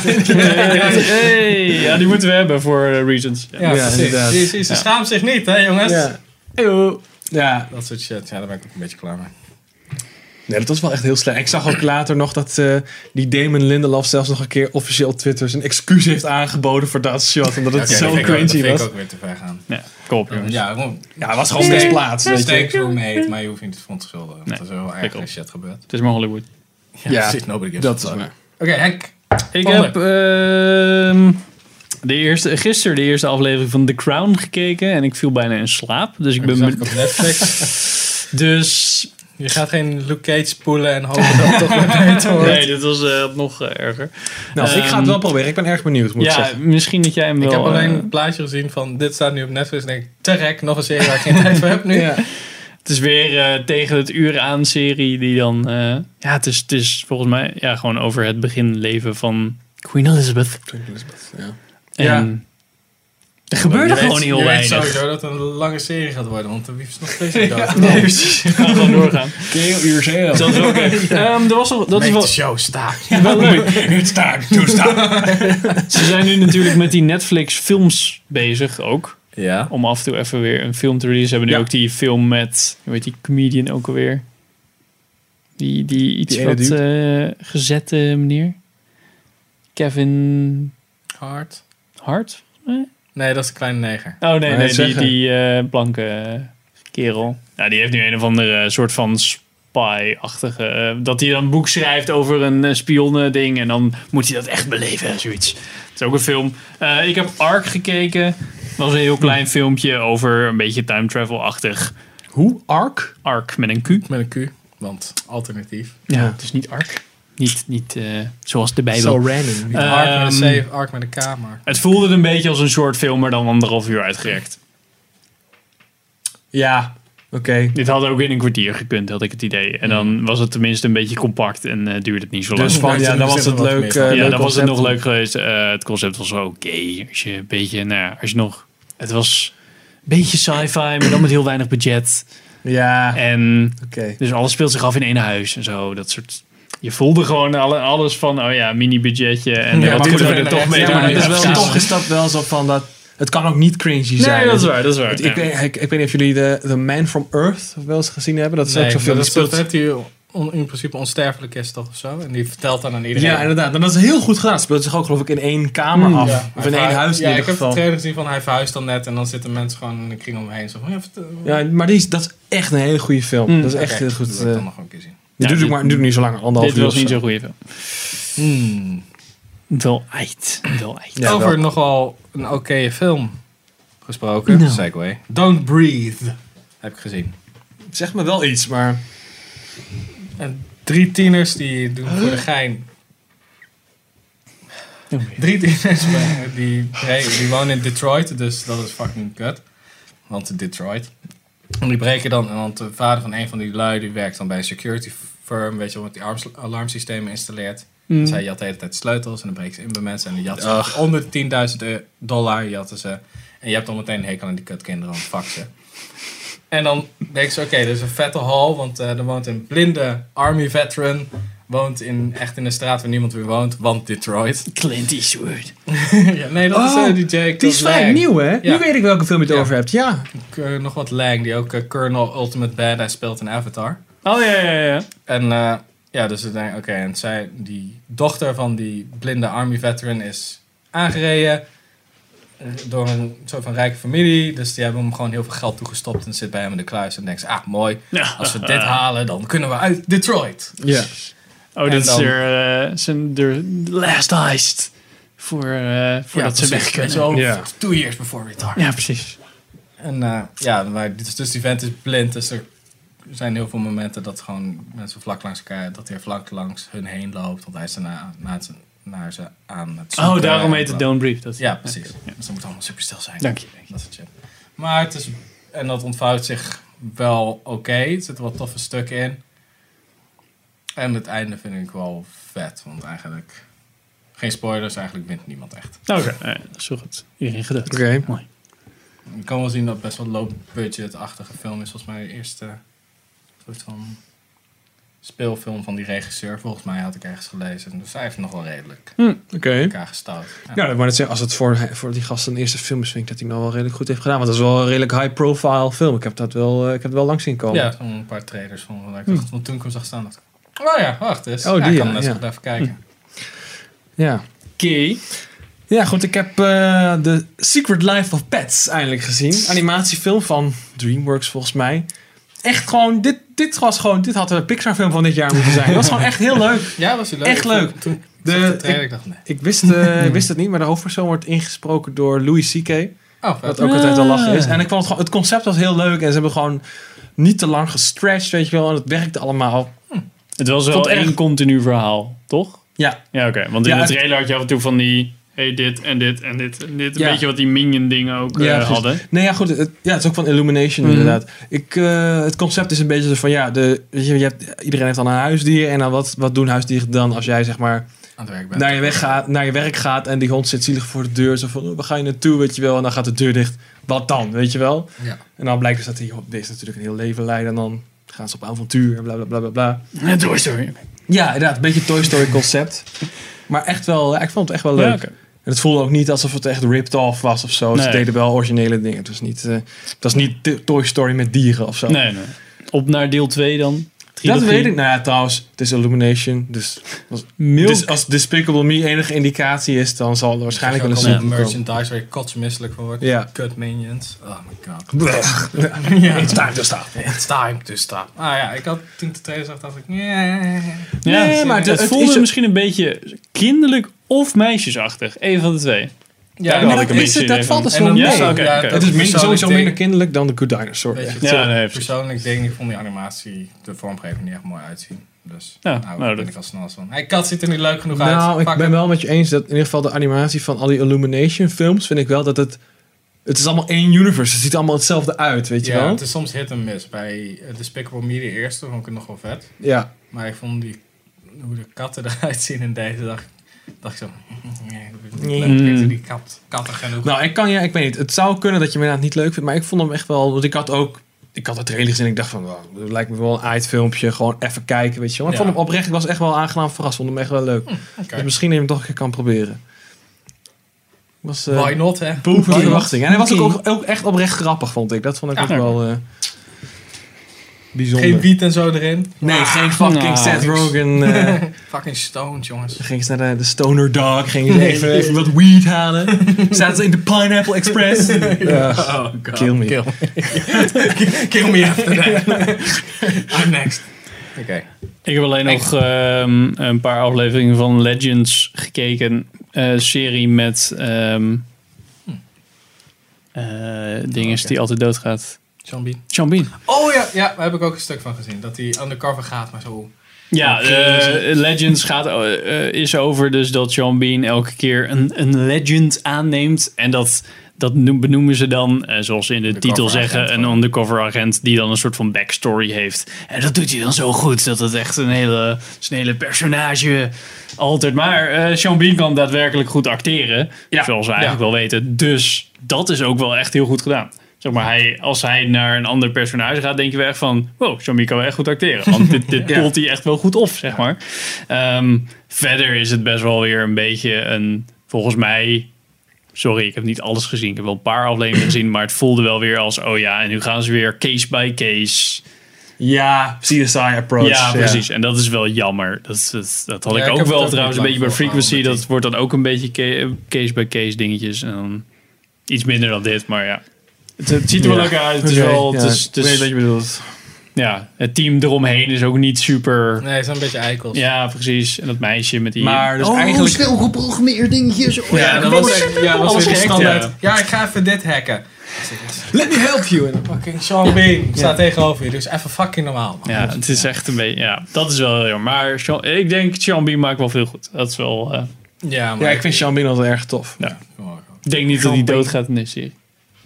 [SPEAKER 3] Hey, ja, die moeten we hebben voor Reasons. Ja.
[SPEAKER 1] ja,
[SPEAKER 2] Ja,
[SPEAKER 1] precies.
[SPEAKER 2] inderdaad.
[SPEAKER 1] Ze schaamt zich niet, hè jongens?
[SPEAKER 2] Ja. Eeuw. Ja,
[SPEAKER 1] Dat soort shit. Ja, daar ben ik ook een beetje klaar mee.
[SPEAKER 2] nee, dat was wel echt heel slecht. Ik zag ook later nog dat die Damon Lindelof zelfs nog een keer officieel op Twitter zijn excuus heeft aangeboden voor dat shot. Omdat het
[SPEAKER 1] Oké,
[SPEAKER 2] zo
[SPEAKER 1] dat vind
[SPEAKER 2] cringy
[SPEAKER 1] ik
[SPEAKER 2] was.
[SPEAKER 1] ook weer te ver gaan.
[SPEAKER 3] Ja, kom op, jongens.
[SPEAKER 1] Ja, gewoon...
[SPEAKER 2] Ja, het was gewoon misplaatst. Weet je.
[SPEAKER 1] Steak roommate, maar je hoeft niet voor te schulden. Want
[SPEAKER 3] Nee,
[SPEAKER 1] er is wel
[SPEAKER 3] ik ook.
[SPEAKER 1] erg shit gebeurd.
[SPEAKER 3] Het is maar Hollywood.
[SPEAKER 2] Ja,
[SPEAKER 1] precies. Nobody gives
[SPEAKER 2] Dat
[SPEAKER 1] a
[SPEAKER 2] is
[SPEAKER 1] fuck.
[SPEAKER 2] waar.
[SPEAKER 1] Oké, Henk.
[SPEAKER 3] Ik
[SPEAKER 1] Volgende.
[SPEAKER 3] heb gisteren de eerste aflevering van The Crown gekeken. En ik viel bijna in slaap. Dus ik
[SPEAKER 1] Dat
[SPEAKER 3] ben...
[SPEAKER 1] zag ik op Netflix.
[SPEAKER 3] Dus...
[SPEAKER 1] Je gaat geen Luke Cage spoelen en hopen dat het toch weer beter wordt.
[SPEAKER 3] Nee, dit was nog erger.
[SPEAKER 2] Nou, ik ga het wel proberen. Ik ben erg benieuwd, moet ik
[SPEAKER 3] Ja,
[SPEAKER 2] zeggen.
[SPEAKER 3] misschien dat jij hem wel...
[SPEAKER 1] Ik heb alleen een plaatje gezien van dit staat nu op Netflix. En denk ik, te gek, nog een serie waar ik geen tijd voor heb nu.
[SPEAKER 2] Ja.
[SPEAKER 3] Het is weer tegen het uur aan serie die dan... ja, het is volgens mij gewoon over het beginleven van Queen Elizabeth.
[SPEAKER 2] Ja.
[SPEAKER 3] En
[SPEAKER 2] Ja.
[SPEAKER 3] er gebeurde
[SPEAKER 1] Je
[SPEAKER 3] gewoon
[SPEAKER 1] weet-
[SPEAKER 3] heel
[SPEAKER 1] je weet
[SPEAKER 3] weinig.
[SPEAKER 1] sowieso dat het een lange serie gaat worden. Want de wief is nog steeds niet dood.
[SPEAKER 3] Nee, precies. We gaan gewoon doorgaan.
[SPEAKER 2] Kill yourself.
[SPEAKER 3] Dat is ook er was al, dat is
[SPEAKER 1] Make
[SPEAKER 3] wel,
[SPEAKER 1] the show staak.
[SPEAKER 3] wel leuk.
[SPEAKER 2] It's time to stop.
[SPEAKER 3] Ze zijn nu natuurlijk met die Netflix films bezig ook.
[SPEAKER 1] Ja.
[SPEAKER 3] Om af en toe even weer een film te releasen. Ze hebben nu
[SPEAKER 2] Ja.
[SPEAKER 3] ook die film met, hoe heet die comedian ook alweer? Die iets
[SPEAKER 2] Die ene
[SPEAKER 3] wat gezette meneer. Kevin
[SPEAKER 1] Hard.
[SPEAKER 3] Hart?
[SPEAKER 1] Nee, dat is een kleine neger.
[SPEAKER 3] Oh nee,
[SPEAKER 2] het
[SPEAKER 3] nee
[SPEAKER 2] zeggen.
[SPEAKER 3] die blanke kerel. Nou, die heeft nu een of andere soort van spy-achtige... dat hij dan een boek schrijft over een spionnending en dan moet hij dat echt beleven, zoiets. Het is ook een film. Ik heb Ark gekeken. Dat was een heel klein filmpje over een beetje time travel-achtig.
[SPEAKER 2] Hoe? Ark?
[SPEAKER 3] Ark met een Q.
[SPEAKER 1] Met een Q. Want alternatief.
[SPEAKER 3] Ja, het is niet Ark. Niet zoals de Bijbel.
[SPEAKER 2] Zo random.
[SPEAKER 1] Ark met een C, Ark met een K. Maar
[SPEAKER 3] Het voelde een beetje als een short film, maar dan 1,5 uur uitgerekt.
[SPEAKER 2] Ja, oké.
[SPEAKER 3] Dit had ook in een kwartier gekund, had ik het idee. En dan was het tenminste een beetje compact en duurde het niet zo lang.
[SPEAKER 2] Dus van, ja, dan was het leuk.
[SPEAKER 1] Ja,
[SPEAKER 3] ja,
[SPEAKER 2] leuk
[SPEAKER 3] dan was het
[SPEAKER 2] concept.
[SPEAKER 3] nog leuk geweest. Het concept was wel oké. Als je een beetje, nou ja, als je nog... Het was een beetje sci-fi, maar dan met heel weinig budget.
[SPEAKER 2] Ja,
[SPEAKER 3] En
[SPEAKER 2] oké.
[SPEAKER 3] dus alles speelt zich af in één huis en zo. Dat soort... Je voelde gewoon alles van, oh ja, mini-budgetje. En
[SPEAKER 1] Ja,
[SPEAKER 3] wat
[SPEAKER 1] maar
[SPEAKER 3] kunnen we
[SPEAKER 1] goed,
[SPEAKER 3] er toch
[SPEAKER 1] ja,
[SPEAKER 3] mee
[SPEAKER 2] Ja,
[SPEAKER 3] doen?
[SPEAKER 2] maar het is wel,
[SPEAKER 3] Ja,
[SPEAKER 2] toch is dat wel zo van dat... Het kan ook niet cringy zijn.
[SPEAKER 3] Nee, dat is waar, dat is waar.
[SPEAKER 2] Ik weet niet of jullie The Man from Earth wel eens gezien hebben. Dat is ook zo'n film.
[SPEAKER 1] dat
[SPEAKER 2] Die speelt...
[SPEAKER 1] speelt hij in principe onsterfelijk is toch of zo. En die vertelt dan aan iedereen.
[SPEAKER 2] Ja, inderdaad. En dat is heel goed gedaan. Het speelt zich ook geloof ik in één kamer af.
[SPEAKER 1] Ja.
[SPEAKER 2] Of in één huis in
[SPEAKER 1] Ja,
[SPEAKER 2] ieder
[SPEAKER 1] ik heb
[SPEAKER 2] geval.
[SPEAKER 1] de trailer gezien van hij verhuist dan net en dan zitten mensen gewoon in een kring omheen. Zo van, ja,
[SPEAKER 2] Ja, maar dat is echt een hele goede film. Dat is echt heel goed.
[SPEAKER 1] Dat wil ik dan nog een keer zien.
[SPEAKER 2] Die
[SPEAKER 3] Ja,
[SPEAKER 2] doet ook niet zo lang. 1,5
[SPEAKER 3] Dit
[SPEAKER 2] uur
[SPEAKER 3] was
[SPEAKER 2] of
[SPEAKER 3] niet
[SPEAKER 2] zo.
[SPEAKER 3] zo'n goede film. Wel eit.
[SPEAKER 2] Ja,
[SPEAKER 1] Over
[SPEAKER 2] wel.
[SPEAKER 1] nogal een oké film gesproken.
[SPEAKER 3] Nou.
[SPEAKER 1] Segway. Don't Breathe. Heb ik gezien.
[SPEAKER 2] Zeg me wel iets, maar...
[SPEAKER 1] En 3 tieners die doen voor de gein. 3 tieners die wonen in Detroit, dus dat is fucking kut. Want Detroit. En die breken dan, want de vader van een van die lui die werkt dan bij een security firm, weet je wel, wat die alarmsystemen installeert.
[SPEAKER 3] Mm.
[SPEAKER 1] Zij jat de hele tijd sleutels en dan breken ze in bij mensen en die jatten ze onder de $10.000 jatten ze. En je hebt dan meteen een hekel aan die kutkinderen, want fuck ze. En dan denken ze, oké, dit is een vette hal, want er woont een blinde army veteran. Woont echt in een straat waar niemand meer woont, want Detroit.
[SPEAKER 3] Clint Eastwood.
[SPEAKER 1] Ja, nee, dat is die Jacob
[SPEAKER 2] Die is vrij
[SPEAKER 1] Lang.
[SPEAKER 2] nieuw, hè?
[SPEAKER 1] Ja.
[SPEAKER 2] Nu weet ik welke film je het
[SPEAKER 1] Ja.
[SPEAKER 2] over hebt. Ja.
[SPEAKER 1] Nog wat Lang, die ook Colonel Ultimate Badass speelt in Avatar.
[SPEAKER 3] Oh ja.
[SPEAKER 1] En ja, dus ze denken, oké, en zij, die dochter van die blinde army veteran is aangereden. door een soort van rijke familie. Dus die hebben hem gewoon heel veel geld toegestopt en zit bij hem in de kluis. En denkt ze, mooi, als we dit halen, dan kunnen we uit Detroit.
[SPEAKER 2] Ja.
[SPEAKER 3] Oh, dit is de last heist. Voordat ze weg kunnen.
[SPEAKER 1] Zo,
[SPEAKER 2] Ja.
[SPEAKER 1] 2 years before retire.
[SPEAKER 3] Ja, precies.
[SPEAKER 1] En maar dus die vent is blind, dus er zijn heel veel momenten dat gewoon mensen vlak langs elkaar, dat hij vlak langs hun heen loopt, want hij is naar ze aan het zoeken.
[SPEAKER 3] Oh, daarom heet het Don't Brief.
[SPEAKER 1] Ja, precies.
[SPEAKER 3] Ja.
[SPEAKER 1] Dus dat moet allemaal super stil zijn.
[SPEAKER 3] Dank je.
[SPEAKER 1] Dat soort shit. Maar het is, en dat ontvouwt zich wel oké. Er zitten wel toffe stukken in. En het einde vind ik wel vet, want eigenlijk geen spoilers, eigenlijk wint niemand echt.
[SPEAKER 3] Oké, dat is zo goed. Iedereen gedacht.
[SPEAKER 2] Oké.
[SPEAKER 3] Mooi.
[SPEAKER 1] Ik kan wel zien dat het best wel low-budget-achtige film is. Volgens mij de eerste soort van speelfilm van die regisseur. Volgens mij had ik ergens gelezen. Dus hij heeft nog wel redelijk
[SPEAKER 2] Oké.
[SPEAKER 1] elkaar gestouwd.
[SPEAKER 2] Ja, ik wou net zeggen, als het voor die gasten een eerste film is, vind ik dat hij nog wel redelijk goed heeft gedaan. Want dat is wel een redelijk high-profile film. Ik heb het wel lang zien komen.
[SPEAKER 1] Ja, een paar trailers van. Want toen ik hem zag staan, dacht ik, oh ja, wacht eens.
[SPEAKER 2] Oh,
[SPEAKER 1] Ja,
[SPEAKER 2] die,
[SPEAKER 1] ik kan
[SPEAKER 2] ja,
[SPEAKER 1] net
[SPEAKER 2] ja.
[SPEAKER 1] zo goed even kijken.
[SPEAKER 2] Ja.
[SPEAKER 3] Oké.
[SPEAKER 2] Ja, goed. Ik heb The Secret Life of Pets eindelijk gezien. Animatiefilm van DreamWorks volgens mij. Echt gewoon, dit had een Pixar film van dit jaar moeten zijn. Het was gewoon echt heel leuk.
[SPEAKER 1] Ja, was hij leuk?
[SPEAKER 2] Echt leuk.
[SPEAKER 1] Toen ik zag de trailer, ik dacht, nee.
[SPEAKER 2] Ik wist het niet, maar de hoofdpersoon wordt ingesproken door Louis C.K.
[SPEAKER 1] Oh, vet.
[SPEAKER 2] Wat ook altijd wel lachen is. En ik vond het gewoon, het concept was heel leuk. En ze hebben gewoon niet te lang gestretched, weet je wel. En het werkte allemaal.
[SPEAKER 3] Het was
[SPEAKER 2] Vond
[SPEAKER 3] wel
[SPEAKER 2] echt-
[SPEAKER 3] één continu verhaal, toch?
[SPEAKER 2] Ja,
[SPEAKER 3] Ja, oké. Want in
[SPEAKER 2] Ja,
[SPEAKER 3] de
[SPEAKER 2] het-
[SPEAKER 3] trailer had je af en toe van die... Hey, dit en dit en dit en dit. Een
[SPEAKER 2] Ja.
[SPEAKER 3] beetje wat die Minion dingen ook
[SPEAKER 2] precies.
[SPEAKER 3] hadden.
[SPEAKER 2] Nee, ja, goed. Het is ook van Illumination inderdaad. Het concept is een beetje zo van, ja, iedereen heeft dan een huisdier. En dan wat doen huisdieren dan als jij, zeg maar,
[SPEAKER 1] Aan het werk bent.
[SPEAKER 2] naar je werk gaat en die hond zit zielig voor de deur. Zo van, waar ga je naartoe, weet je wel? En dan gaat de deur dicht. Wat dan, weet je wel?
[SPEAKER 1] Ja.
[SPEAKER 2] En dan blijkt dus dat die beest natuurlijk een heel leven leidt. En dan gaan ze op avontuur en bla bla bla bla bla.
[SPEAKER 3] Toy Story.
[SPEAKER 2] Ja, inderdaad. Een beetje Toy Story concept. Maar echt wel, ja, ik vond het echt wel leuk.
[SPEAKER 3] Ja, oké.
[SPEAKER 2] En het voelde ook niet alsof het echt ripped off was of zo. Ze
[SPEAKER 3] Nee.
[SPEAKER 2] deden wel originele dingen. Het was niet Toy Story met dieren of zo.
[SPEAKER 3] Nee. Op naar deel 2 dan.
[SPEAKER 2] Dat
[SPEAKER 3] Trilogie.
[SPEAKER 2] weet ik. Nou ja, trouwens, het is Illumination. Dus als Despicable Me enige indicatie is, dan zal er waarschijnlijk wel een
[SPEAKER 1] sequel
[SPEAKER 2] sequel komen.
[SPEAKER 1] merchandise waar je kotsmisselijk van wordt.
[SPEAKER 2] Ja.
[SPEAKER 1] Cut Minions. Oh my god.
[SPEAKER 2] Ja. It's time to stop.
[SPEAKER 1] It's time to stop. Ah ja, ik had toen de trailer zag, dacht ik...
[SPEAKER 3] Ja,
[SPEAKER 2] Nee, maar
[SPEAKER 3] het
[SPEAKER 2] het
[SPEAKER 3] voelde
[SPEAKER 2] is-
[SPEAKER 3] misschien een beetje kinderlijk of meisjesachtig. Eén van de twee.
[SPEAKER 1] Ja,
[SPEAKER 3] daar had ik een
[SPEAKER 2] is
[SPEAKER 3] beetje
[SPEAKER 2] het, dat
[SPEAKER 3] idee
[SPEAKER 2] valt
[SPEAKER 3] van.
[SPEAKER 2] dus
[SPEAKER 1] En
[SPEAKER 2] wel
[SPEAKER 1] dan-
[SPEAKER 2] mee.
[SPEAKER 3] Ja, oké.
[SPEAKER 2] Het is
[SPEAKER 1] persoonlijk
[SPEAKER 2] sowieso
[SPEAKER 1] ding.
[SPEAKER 2] minder kinderlijk dan The Good Dinosaur.
[SPEAKER 1] Weet je,
[SPEAKER 2] echt.
[SPEAKER 1] het is
[SPEAKER 3] Ja,
[SPEAKER 1] een
[SPEAKER 3] nee, precies.
[SPEAKER 1] persoonlijk ding. Ik vond die animatie, de vormgeving niet echt mooi uitzien. Dus
[SPEAKER 3] Ja,
[SPEAKER 1] daar
[SPEAKER 3] nou,
[SPEAKER 1] ben
[SPEAKER 3] dat-
[SPEAKER 1] ik al snel van. Hey, kat ziet er niet leuk genoeg uit.
[SPEAKER 2] Nou, ik
[SPEAKER 1] Fuck
[SPEAKER 2] ben
[SPEAKER 1] it.
[SPEAKER 2] wel met je eens dat in ieder geval de animatie van al die Illumination films, vind ik wel dat het is allemaal één universe. Het ziet allemaal hetzelfde uit, weet je
[SPEAKER 1] Ja,
[SPEAKER 2] wel?
[SPEAKER 1] het is soms hit en miss. Bij Despicable Me, de eerste, vond ik het nog wel vet.
[SPEAKER 2] Ja.
[SPEAKER 1] Maar ik vond hoe de katten eruit zien in deze, dacht ik zo... Nee, die katten genoeg.
[SPEAKER 2] Nou, ik weet niet. Het zou kunnen dat je me inderdaad niet leuk vindt, maar ik vond hem echt wel, want ik had de trailer gezien en ik dacht van, wow, dat lijkt me wel een aard filmpje, gewoon even kijken, weet je wel. Maar ik
[SPEAKER 1] Ja.
[SPEAKER 2] vond hem oprecht, ik was echt wel aangenaam verrast, vond hem echt wel leuk.
[SPEAKER 1] Oké.
[SPEAKER 2] Dus misschien dat je hem toch een keer kan proberen. Was
[SPEAKER 1] Why not, hè?
[SPEAKER 2] boven
[SPEAKER 1] Why
[SPEAKER 2] verwachting. En hij was
[SPEAKER 3] Oké.
[SPEAKER 2] ook echt oprecht grappig, vond ik. Dat vond ik
[SPEAKER 1] Ja.
[SPEAKER 2] ook wel bijzonder.
[SPEAKER 1] Geen beat en zo erin.
[SPEAKER 2] Nee, geen fucking
[SPEAKER 3] Nou.
[SPEAKER 2] Seth Rogen.
[SPEAKER 1] Fucking stoned, jongens.
[SPEAKER 2] Dan gingen ze naar de Stoner Dog. Gingen ze even wat weed halen. Zaten ze in de Pineapple Express.
[SPEAKER 1] Oh god.
[SPEAKER 2] Kill me.
[SPEAKER 1] Kill me after that. I'm next. Oké.
[SPEAKER 3] Ik heb alleen nog een paar afleveringen van Legends gekeken. Serie met dinges die altijd doodgaat.
[SPEAKER 1] Sean Bean.
[SPEAKER 3] Sean Bean.
[SPEAKER 1] Oh ja, daar heb ik ook een stuk van gezien. Dat hij undercover gaat, maar zo...
[SPEAKER 3] Ja, Legends is over dus dat Sean Bean elke keer een legend aanneemt. En dat benoemen ze dan, zoals ze in de titel zeggen,
[SPEAKER 1] agent,
[SPEAKER 3] een
[SPEAKER 1] gewoon.
[SPEAKER 3] undercover agent die dan een soort van backstory heeft. En dat doet hij dan zo goed, dat het echt een hele personage altert. Maar Sean Bean kan daadwerkelijk goed acteren, zoals we eigenlijk wel weten. Dus dat is ook wel echt heel goed gedaan. Zeg maar, als hij naar een ander personage gaat, denk je wel echt van... Wow, Sean Bean kan wel echt goed acteren. Want dit polt hij echt wel goed op, zeg maar. Verder is het best wel weer een beetje volgens mij... Sorry, ik heb niet alles gezien. Ik heb wel een paar afleveringen gezien. Maar het voelde wel weer als... Oh ja, en nu gaan ze weer case by case.
[SPEAKER 2] Ja, CSI approach.
[SPEAKER 3] Ja, precies. En dat is wel jammer. Dat had
[SPEAKER 1] Ja,
[SPEAKER 3] ik
[SPEAKER 1] ik
[SPEAKER 3] ook
[SPEAKER 1] heb
[SPEAKER 3] wel
[SPEAKER 1] het ook
[SPEAKER 3] trouwens een
[SPEAKER 1] niet
[SPEAKER 3] beetje bij
[SPEAKER 1] lang
[SPEAKER 3] Frequency.
[SPEAKER 1] volgehouden met
[SPEAKER 3] Dat wordt dan ook een beetje case by case dingetjes. En dan Iets minder dan dit, maar ja. Het ziet er wel lekker uit. Het is wel...
[SPEAKER 2] Ja,
[SPEAKER 3] Het is,
[SPEAKER 2] ik weet wat je bedoelt.
[SPEAKER 3] ja, het team eromheen is ook niet super...
[SPEAKER 1] Nee, het zijn een beetje eikels.
[SPEAKER 3] Ja, precies. En dat meisje met die...
[SPEAKER 2] Maar dus eigenlijk...
[SPEAKER 4] snel geprogrammeerd dingetjes.
[SPEAKER 1] Ja, dat was echt
[SPEAKER 3] alles
[SPEAKER 1] weer
[SPEAKER 3] gehackt,
[SPEAKER 1] standaard.
[SPEAKER 3] ja.
[SPEAKER 1] Ja, ik ga even dit hacken.
[SPEAKER 2] Let me help you.
[SPEAKER 1] Fucking Sean Bean staat tegenover je, dus even fucking normaal, man.
[SPEAKER 3] Ja, het is echt een beetje... Ja, dat is wel heel jammer. Maar ik denk, Sean Bean maakt wel veel goed. Dat is wel...
[SPEAKER 1] Ja,
[SPEAKER 2] Ja, ik vind Sean Bean altijd erg tof.
[SPEAKER 3] ik denk niet dat hij doodgaat in deze serie.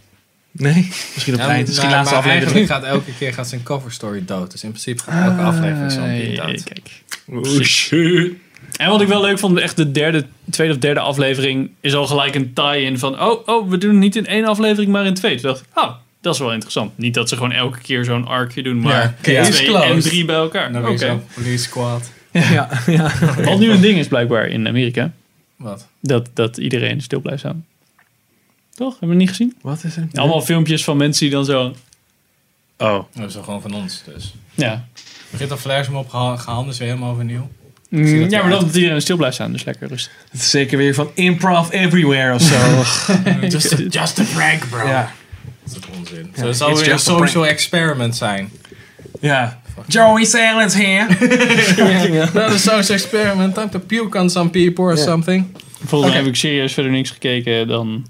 [SPEAKER 2] Nee, misschien op het eind. Misschien laatste
[SPEAKER 1] maar
[SPEAKER 2] aflevering.
[SPEAKER 1] eigenlijk gaat elke keer zijn cover story dood. Dus in principe gaat elke aflevering Sean Bean dood.
[SPEAKER 3] Kijk.
[SPEAKER 2] Oh shit.
[SPEAKER 3] En wat ik wel leuk vond, echt de tweede of derde aflevering is al gelijk een tie-in van... Oh, we doen het niet in 1 aflevering, maar in 2. Toen dacht ik, dat is wel interessant. Niet dat ze gewoon elke keer zo'n arcje doen, maar
[SPEAKER 1] Ja, case
[SPEAKER 3] 2
[SPEAKER 1] closed.
[SPEAKER 3] en 3 bij elkaar.
[SPEAKER 1] Dan weer zo Police Squad.
[SPEAKER 2] Ja.
[SPEAKER 3] Wat nu een ding is blijkbaar in Amerika,
[SPEAKER 1] Wat?
[SPEAKER 3] dat iedereen stil blijft staan. Toch? Hebben we het niet gezien?
[SPEAKER 2] Wat is er?
[SPEAKER 3] Allemaal filmpjes van mensen die dan zo... Oh.
[SPEAKER 1] Dat is wel gewoon van ons, dus.
[SPEAKER 3] Ja.
[SPEAKER 1] Begint al flares me opgehaald, dus weer helemaal overnieuw.
[SPEAKER 3] Ja, maar dat iedereen stil blijft staan, dus lekker rustig.
[SPEAKER 2] Het is zeker weer van improv everywhere of zo.
[SPEAKER 1] Just a prank, bro.
[SPEAKER 2] Ja.
[SPEAKER 1] Dat is onzin.
[SPEAKER 2] Ja,
[SPEAKER 1] Het zou
[SPEAKER 2] it's
[SPEAKER 1] weer een
[SPEAKER 2] just a
[SPEAKER 1] social experiment zijn.
[SPEAKER 2] Ja. Joey Silence here.
[SPEAKER 1] Not a social experiment. Time to puke on some people or something.
[SPEAKER 3] Volgens mij heb ik serieus verder niks gekeken dan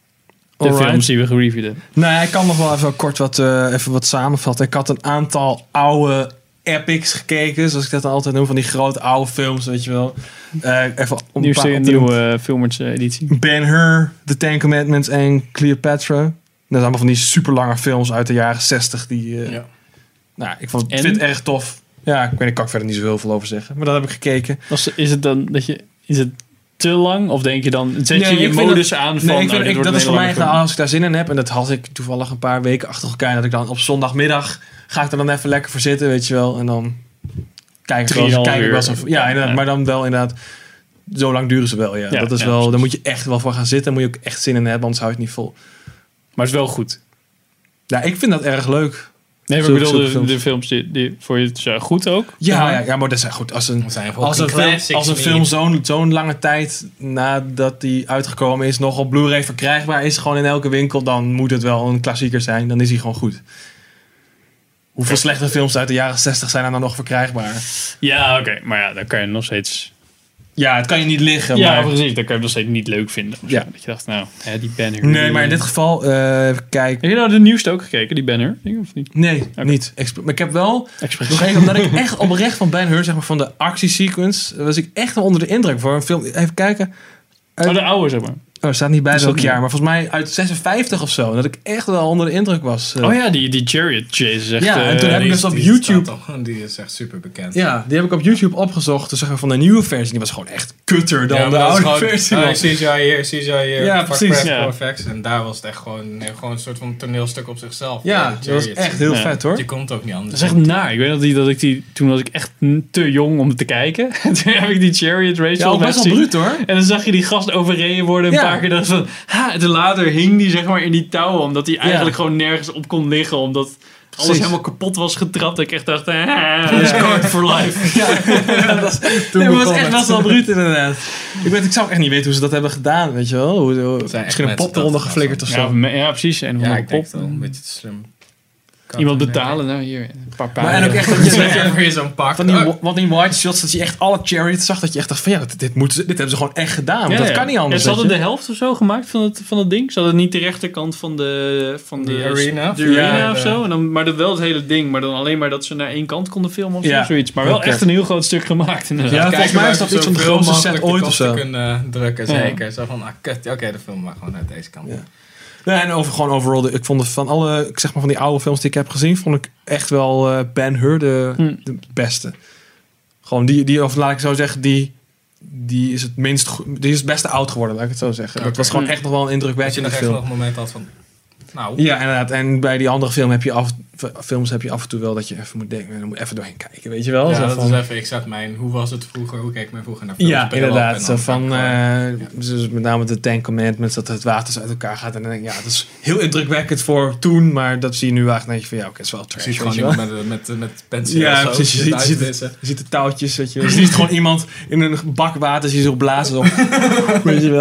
[SPEAKER 3] de
[SPEAKER 2] Alright.
[SPEAKER 3] films die we gereviewd hebben.
[SPEAKER 2] Nou, ik kan nog wel even kort wat samenvatten. Ik had een aantal oude epics gekeken. Zoals ik dat altijd noem. Van die grote oude films, weet je wel. Even om
[SPEAKER 3] Nu is er
[SPEAKER 2] op
[SPEAKER 3] een
[SPEAKER 2] te noemen.
[SPEAKER 3] nieuwe Filmers editie.
[SPEAKER 2] Ben-Hur, The Ten Commandments en Cleopatra. Dat zijn allemaal van die super lange films uit de jaren 60. Die,
[SPEAKER 1] Ja.
[SPEAKER 2] Nou, ik
[SPEAKER 3] En?
[SPEAKER 2] vind het erg tof. Ja, ik weet, ik kan ik verder niet zoveel veel over zeggen. Maar dat heb ik gekeken.
[SPEAKER 3] Is het dan dat je... Is het te lang? Of denk je dan... Zet
[SPEAKER 2] Nee,
[SPEAKER 3] je
[SPEAKER 2] ik vind
[SPEAKER 3] modus
[SPEAKER 2] dat-
[SPEAKER 3] aan van...
[SPEAKER 2] Nee, ik
[SPEAKER 3] nou,
[SPEAKER 2] vind,
[SPEAKER 3] dit wordt
[SPEAKER 2] dat
[SPEAKER 3] een
[SPEAKER 2] is voor
[SPEAKER 3] hele
[SPEAKER 2] mij
[SPEAKER 3] lange film.
[SPEAKER 2] als ik daar zin in heb. En dat had ik toevallig een paar weken achter elkaar. Dat ik dan op zondagmiddag ga ik er dan even lekker voor zitten, weet je wel. En dan kijk ik wel
[SPEAKER 3] 3,5
[SPEAKER 2] eens
[SPEAKER 3] uur.
[SPEAKER 2] zo'n... Ja, inderdaad.
[SPEAKER 3] Ja.
[SPEAKER 2] Maar dan wel inderdaad... Zo lang duren ze wel, ja.
[SPEAKER 3] Ja,
[SPEAKER 2] Dat is
[SPEAKER 3] ja,
[SPEAKER 2] wel...
[SPEAKER 3] precies.
[SPEAKER 2] Daar moet je echt wel voor gaan zitten. Daar moet je ook echt zin in hebben, anders hou je het niet vol.
[SPEAKER 3] Maar het is wel goed.
[SPEAKER 2] Ja, ik vind dat erg leuk.
[SPEAKER 3] Nee, maar ik
[SPEAKER 2] Zulke
[SPEAKER 3] bedoel,
[SPEAKER 2] films.
[SPEAKER 3] de films die voor je zijn goed ook.
[SPEAKER 2] Ja, maar dat is goed. Als een,
[SPEAKER 1] Dat zijn
[SPEAKER 2] als een
[SPEAKER 1] fucking
[SPEAKER 2] film, als een
[SPEAKER 1] classics,
[SPEAKER 2] film zo'n lange tijd nadat die uitgekomen is, nog op Blu-ray verkrijgbaar is, gewoon in elke winkel, dan moet het wel een klassieker zijn. Dan is hij gewoon goed. Hoeveel slechte films uit de jaren 60 zijn er dan nog verkrijgbaar?
[SPEAKER 3] Ja, oké. Maar ja, dan kan je nog steeds...
[SPEAKER 2] Ja, het kan je niet liggen.
[SPEAKER 3] Ja,
[SPEAKER 2] maar...
[SPEAKER 3] precies. Dan kan je het nog steeds niet leuk vinden. Of
[SPEAKER 2] Ja.
[SPEAKER 3] zo. Dat je dacht, nou, die banner.
[SPEAKER 2] Nee, maar in dit geval, kijk.
[SPEAKER 3] Heb je nou de nieuwste ook gekeken, die banner? Of niet?
[SPEAKER 2] Nee, niet. Maar ik heb wel
[SPEAKER 3] Expres.
[SPEAKER 2] nog even, omdat ik echt oprecht van Ben-Hur, zeg maar, van de actiesequence, was ik echt wel onder de indruk voor een film. Even kijken.
[SPEAKER 3] Oh, de oude, zeg maar.
[SPEAKER 2] Oh, er staat niet bij
[SPEAKER 3] Is dat
[SPEAKER 2] welk
[SPEAKER 3] niet?
[SPEAKER 2] jaar, maar volgens mij uit 56 of zo. Dat ik echt wel onder de indruk was.
[SPEAKER 3] Oh ja, die chariot chase is echt...
[SPEAKER 2] Ja, en toen heb ik dus op
[SPEAKER 1] Die
[SPEAKER 2] YouTube...
[SPEAKER 1] staat toch- Die is echt super bekend.
[SPEAKER 2] Ja, die heb ik op YouTube opgezocht. Dus zeg maar van de nieuwe versie. Die was gewoon echt kutter dan
[SPEAKER 1] Ja,
[SPEAKER 2] de
[SPEAKER 1] maar dat is
[SPEAKER 2] oude
[SPEAKER 1] gewoon,
[SPEAKER 2] versie.
[SPEAKER 1] oh,
[SPEAKER 2] was.
[SPEAKER 1] CGI hier,
[SPEAKER 2] Ja,
[SPEAKER 1] fuck
[SPEAKER 2] precies,
[SPEAKER 1] practical
[SPEAKER 3] ja.
[SPEAKER 1] effects. En daar was het echt gewoon een soort van toneelstuk op zichzelf.
[SPEAKER 2] Ja,
[SPEAKER 1] de
[SPEAKER 2] dat was
[SPEAKER 1] Chariots.
[SPEAKER 2] echt heel
[SPEAKER 3] Ja.
[SPEAKER 2] vet hoor.
[SPEAKER 1] Je komt ook niet
[SPEAKER 3] Dat
[SPEAKER 1] anders.
[SPEAKER 3] is echt naar. Ik weet dat ik die... Toen was ik echt te jong om te kijken. Toen heb ik die chariot race
[SPEAKER 2] Ja,
[SPEAKER 3] wel
[SPEAKER 2] best wel
[SPEAKER 3] gezien.
[SPEAKER 2] bruut hoor.
[SPEAKER 3] En dan zag je die gast overreden worden een
[SPEAKER 2] Ja.
[SPEAKER 3] paar keer. Dat van, en toen later hing die zeg maar in die touwen. Omdat hij eigenlijk gewoon nergens op kon liggen. Omdat alles
[SPEAKER 2] Precies.
[SPEAKER 3] helemaal kapot was getrapt. Dat ik echt dacht, dat is card for life.
[SPEAKER 2] Nee, maar het was echt best wel bruut inderdaad. Ik zou ook echt niet weten hoe ze dat hebben gedaan, weet je wel.
[SPEAKER 1] echt
[SPEAKER 2] Misschien een
[SPEAKER 1] mensen
[SPEAKER 2] pop eronder
[SPEAKER 1] dat
[SPEAKER 2] geflikkerd of
[SPEAKER 3] Ja,
[SPEAKER 2] zo.
[SPEAKER 3] ja, precies. En
[SPEAKER 1] Ja,
[SPEAKER 3] een
[SPEAKER 1] ik denk
[SPEAKER 3] pop.
[SPEAKER 1] het wel. Een beetje te slim.
[SPEAKER 3] Iemand betalen. Nou, hier. Een paar
[SPEAKER 2] Maar
[SPEAKER 3] paarden.
[SPEAKER 2] en ook echt dat je
[SPEAKER 1] Ja, weer zo'n pak.
[SPEAKER 2] van die wide shots, dat je echt alle chariots zag, dat je echt dacht van ja, dit hebben ze gewoon echt gedaan. Want
[SPEAKER 3] Ja,
[SPEAKER 2] dat
[SPEAKER 3] ja.
[SPEAKER 2] kan niet anders.
[SPEAKER 3] En ze hadden
[SPEAKER 2] weet
[SPEAKER 3] de
[SPEAKER 2] je.
[SPEAKER 3] helft of zo gemaakt van het ding. Ze hadden niet de rechterkant van de
[SPEAKER 1] arena.
[SPEAKER 3] de arena
[SPEAKER 1] Ja,
[SPEAKER 3] of zo. En dan, maar dat wel het hele ding. Maar dan alleen maar dat ze naar één kant konden filmen of zo,
[SPEAKER 2] Ja.
[SPEAKER 3] zoiets. Maar wel
[SPEAKER 2] Oké.
[SPEAKER 3] echt een heel groot stuk gemaakt inderdaad.
[SPEAKER 2] Ja, volgens mij is dat iets van de grootste set
[SPEAKER 1] set
[SPEAKER 2] ooit of zo.
[SPEAKER 1] kunnen drukken,
[SPEAKER 3] Ja.
[SPEAKER 1] zeker. Zo van, kut, oké, de film maar gewoon uit deze kant.
[SPEAKER 2] Ja. Ja, en gewoon overall, ik vond het van alle, ik zeg maar van die oude films die ik heb gezien, vond ik echt wel Ben-Hur de beste. Gewoon die, of laat ik zo zeggen, die is het minst, die is het beste oud geworden, laat ik het zo zeggen. Dat
[SPEAKER 1] Oké.
[SPEAKER 2] was gewoon echt nog wel een
[SPEAKER 1] Dat je
[SPEAKER 2] indrukwekkende
[SPEAKER 1] nog echt
[SPEAKER 2] film.
[SPEAKER 1] nog een moment had van, nou,
[SPEAKER 2] Ja, inderdaad. En bij die andere films heb je af en toe wel dat je even moet denken, dan moet je even doorheen kijken, weet je wel?
[SPEAKER 1] ja,
[SPEAKER 2] Zo
[SPEAKER 1] dat
[SPEAKER 2] van-
[SPEAKER 1] is even, ik zat hoe was het vroeger, hoe keek men vroeger naar films?
[SPEAKER 2] ja,
[SPEAKER 1] Bril op
[SPEAKER 2] inderdaad.
[SPEAKER 1] en
[SPEAKER 2] Zo
[SPEAKER 1] dan
[SPEAKER 2] van,
[SPEAKER 1] gewoon-
[SPEAKER 2] dus met name de Ten Commandments, dat het water zo uit elkaar gaat. En dan denk ik, ja, dat is heel indrukwekkend voor toen, maar dat zie je nu eigenlijk, denk je van, ja, oké, het is wel trash.
[SPEAKER 1] Precies,
[SPEAKER 2] weet
[SPEAKER 1] gewoon
[SPEAKER 2] je wel.
[SPEAKER 1] iemand met penseel
[SPEAKER 2] Ja,
[SPEAKER 1] zo
[SPEAKER 2] precies. Je
[SPEAKER 1] zitten
[SPEAKER 2] ziet
[SPEAKER 1] uitwissen.
[SPEAKER 2] Je ziet de touwtjes, weet je. Je ziet gewoon iemand in een bak water, zie je zo blazen op. Weet je wel.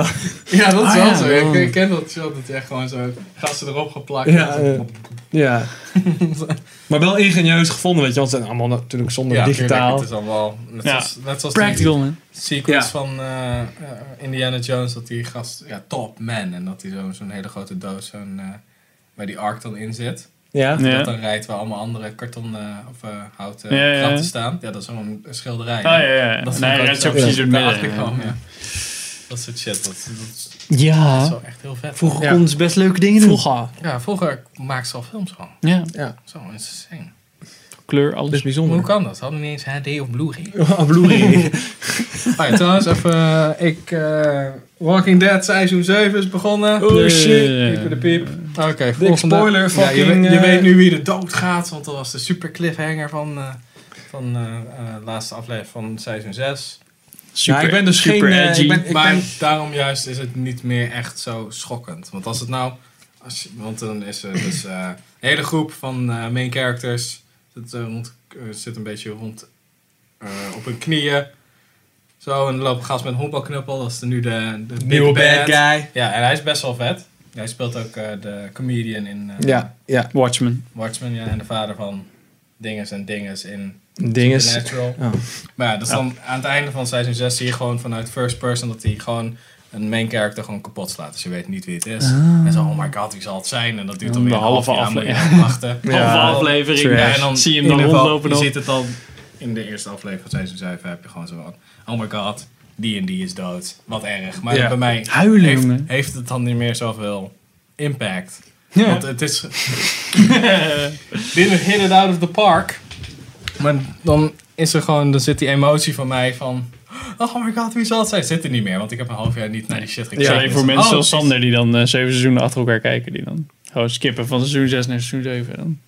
[SPEAKER 1] Ja, dat is wel
[SPEAKER 2] ja.
[SPEAKER 1] zo. Ik ken dat shot dat je echt gewoon zo gasten erop geplakt.
[SPEAKER 2] Ja, ja. Maar wel ingenieus gevonden, weet je. Want het zijn allemaal natuurlijk zonder digitaal.
[SPEAKER 1] Tuurlijk, het is allemaal net zoals
[SPEAKER 3] Practical, man.
[SPEAKER 1] die sequence
[SPEAKER 2] Ja.
[SPEAKER 1] van Indiana Jones, dat die gast, top man, en dat hij zo'n hele grote doos waar die Ark dan in zit.
[SPEAKER 2] Ja.
[SPEAKER 3] Ja.
[SPEAKER 1] Dat dan rijdt waar allemaal andere karton of houten
[SPEAKER 3] Ja.
[SPEAKER 1] kratten staan. Ja, dat is gewoon een schilderij.
[SPEAKER 3] Oh ja.
[SPEAKER 1] Dat
[SPEAKER 3] Nee, hij rijdt zo precies door het
[SPEAKER 1] daarachter
[SPEAKER 3] midden.
[SPEAKER 1] kwam, ja. Dat soort shit, dat is
[SPEAKER 4] Ja.
[SPEAKER 1] zo echt heel vet.
[SPEAKER 4] Vroeger
[SPEAKER 2] Ja.
[SPEAKER 4] konden ze best leuke dingen doen.
[SPEAKER 2] Vroeger.
[SPEAKER 1] Ja, vroeger maakten ze al films gewoon.
[SPEAKER 3] Ja,
[SPEAKER 2] Ja.
[SPEAKER 1] Zo insane.
[SPEAKER 3] kleur,
[SPEAKER 2] Dat
[SPEAKER 3] alles.
[SPEAKER 2] is bijzonder.
[SPEAKER 1] Hoe kan dat? Ze hadden niet eens HD of Blu-ray.
[SPEAKER 2] Blu-ray.
[SPEAKER 1] Oh ja, trouwens, even... Walking Dead seizoen 7 is begonnen.
[SPEAKER 2] Oh shit.
[SPEAKER 1] Piep de piep. Oké,
[SPEAKER 2] Big spoiler,
[SPEAKER 1] Ja,
[SPEAKER 2] fucking...
[SPEAKER 1] je weet nu wie er dood gaat, want dat was de super cliffhanger van de laatste aflevering van seizoen 6.
[SPEAKER 2] Ja, ik ben dus
[SPEAKER 3] super
[SPEAKER 2] geen...
[SPEAKER 3] edgy.
[SPEAKER 2] ik
[SPEAKER 1] Maar
[SPEAKER 2] ben,
[SPEAKER 1] daarom juist is het niet meer echt zo schokkend. Want als het nou... want dan is er dus een hele groep van main characters. Zit een beetje rond op hun knieën. Zo, en dan loopt gast met een honkbalknuppel. Dat is nu de
[SPEAKER 2] nieuwe
[SPEAKER 1] big
[SPEAKER 2] bad guy.
[SPEAKER 1] Ja, en hij is best wel vet. Hij speelt ook de comedian in
[SPEAKER 2] Ja.
[SPEAKER 3] Watchmen.
[SPEAKER 1] Watchmen. Ja, en de vader van Dinges en Dinges in
[SPEAKER 2] Dinges.
[SPEAKER 1] Supernatural.
[SPEAKER 2] Oh.
[SPEAKER 1] Maar ja, dus dan aan het einde van seizoen 6 zie je gewoon vanuit first person dat hij gewoon een main character gewoon kapot slaat. Dus je weet niet wie het is. En zo, oh my god, wie zal het zijn? En dat duurt dan
[SPEAKER 3] De
[SPEAKER 1] weer een
[SPEAKER 3] halve
[SPEAKER 1] half jaar, moet je
[SPEAKER 3] aflevering.
[SPEAKER 1] wachten.
[SPEAKER 2] Ja,
[SPEAKER 3] Halve aflevering.
[SPEAKER 2] trash.
[SPEAKER 1] Ja, en dan
[SPEAKER 3] zie je hem
[SPEAKER 1] in
[SPEAKER 3] dan
[SPEAKER 1] ieder geval,
[SPEAKER 3] rondlopen
[SPEAKER 1] je
[SPEAKER 3] nog.
[SPEAKER 1] ziet het al in de eerste aflevering van seizoen 7 heb je gewoon zo van, oh my god, die en die is dood. Wat erg. Maar
[SPEAKER 2] Ja.
[SPEAKER 1] bij mij
[SPEAKER 3] Huilen, jongen.
[SPEAKER 1] heeft het dan niet meer zoveel impact.
[SPEAKER 2] Ja.
[SPEAKER 1] Want het is... Didn't hit it out of the park. Maar dan is er gewoon... Dan zit die emotie van mij van... Oh my god, wie zal het zijn? Zit er niet meer, want ik heb een half jaar niet naar die shit gekeken.
[SPEAKER 3] Alleen voor
[SPEAKER 1] Dus-
[SPEAKER 3] mensen zoals
[SPEAKER 1] precies.
[SPEAKER 3] Sander die dan 7 seizoenen achter elkaar kijken. Die dan gewoon skippen van seizoen 6 naar seizoen 7. Dan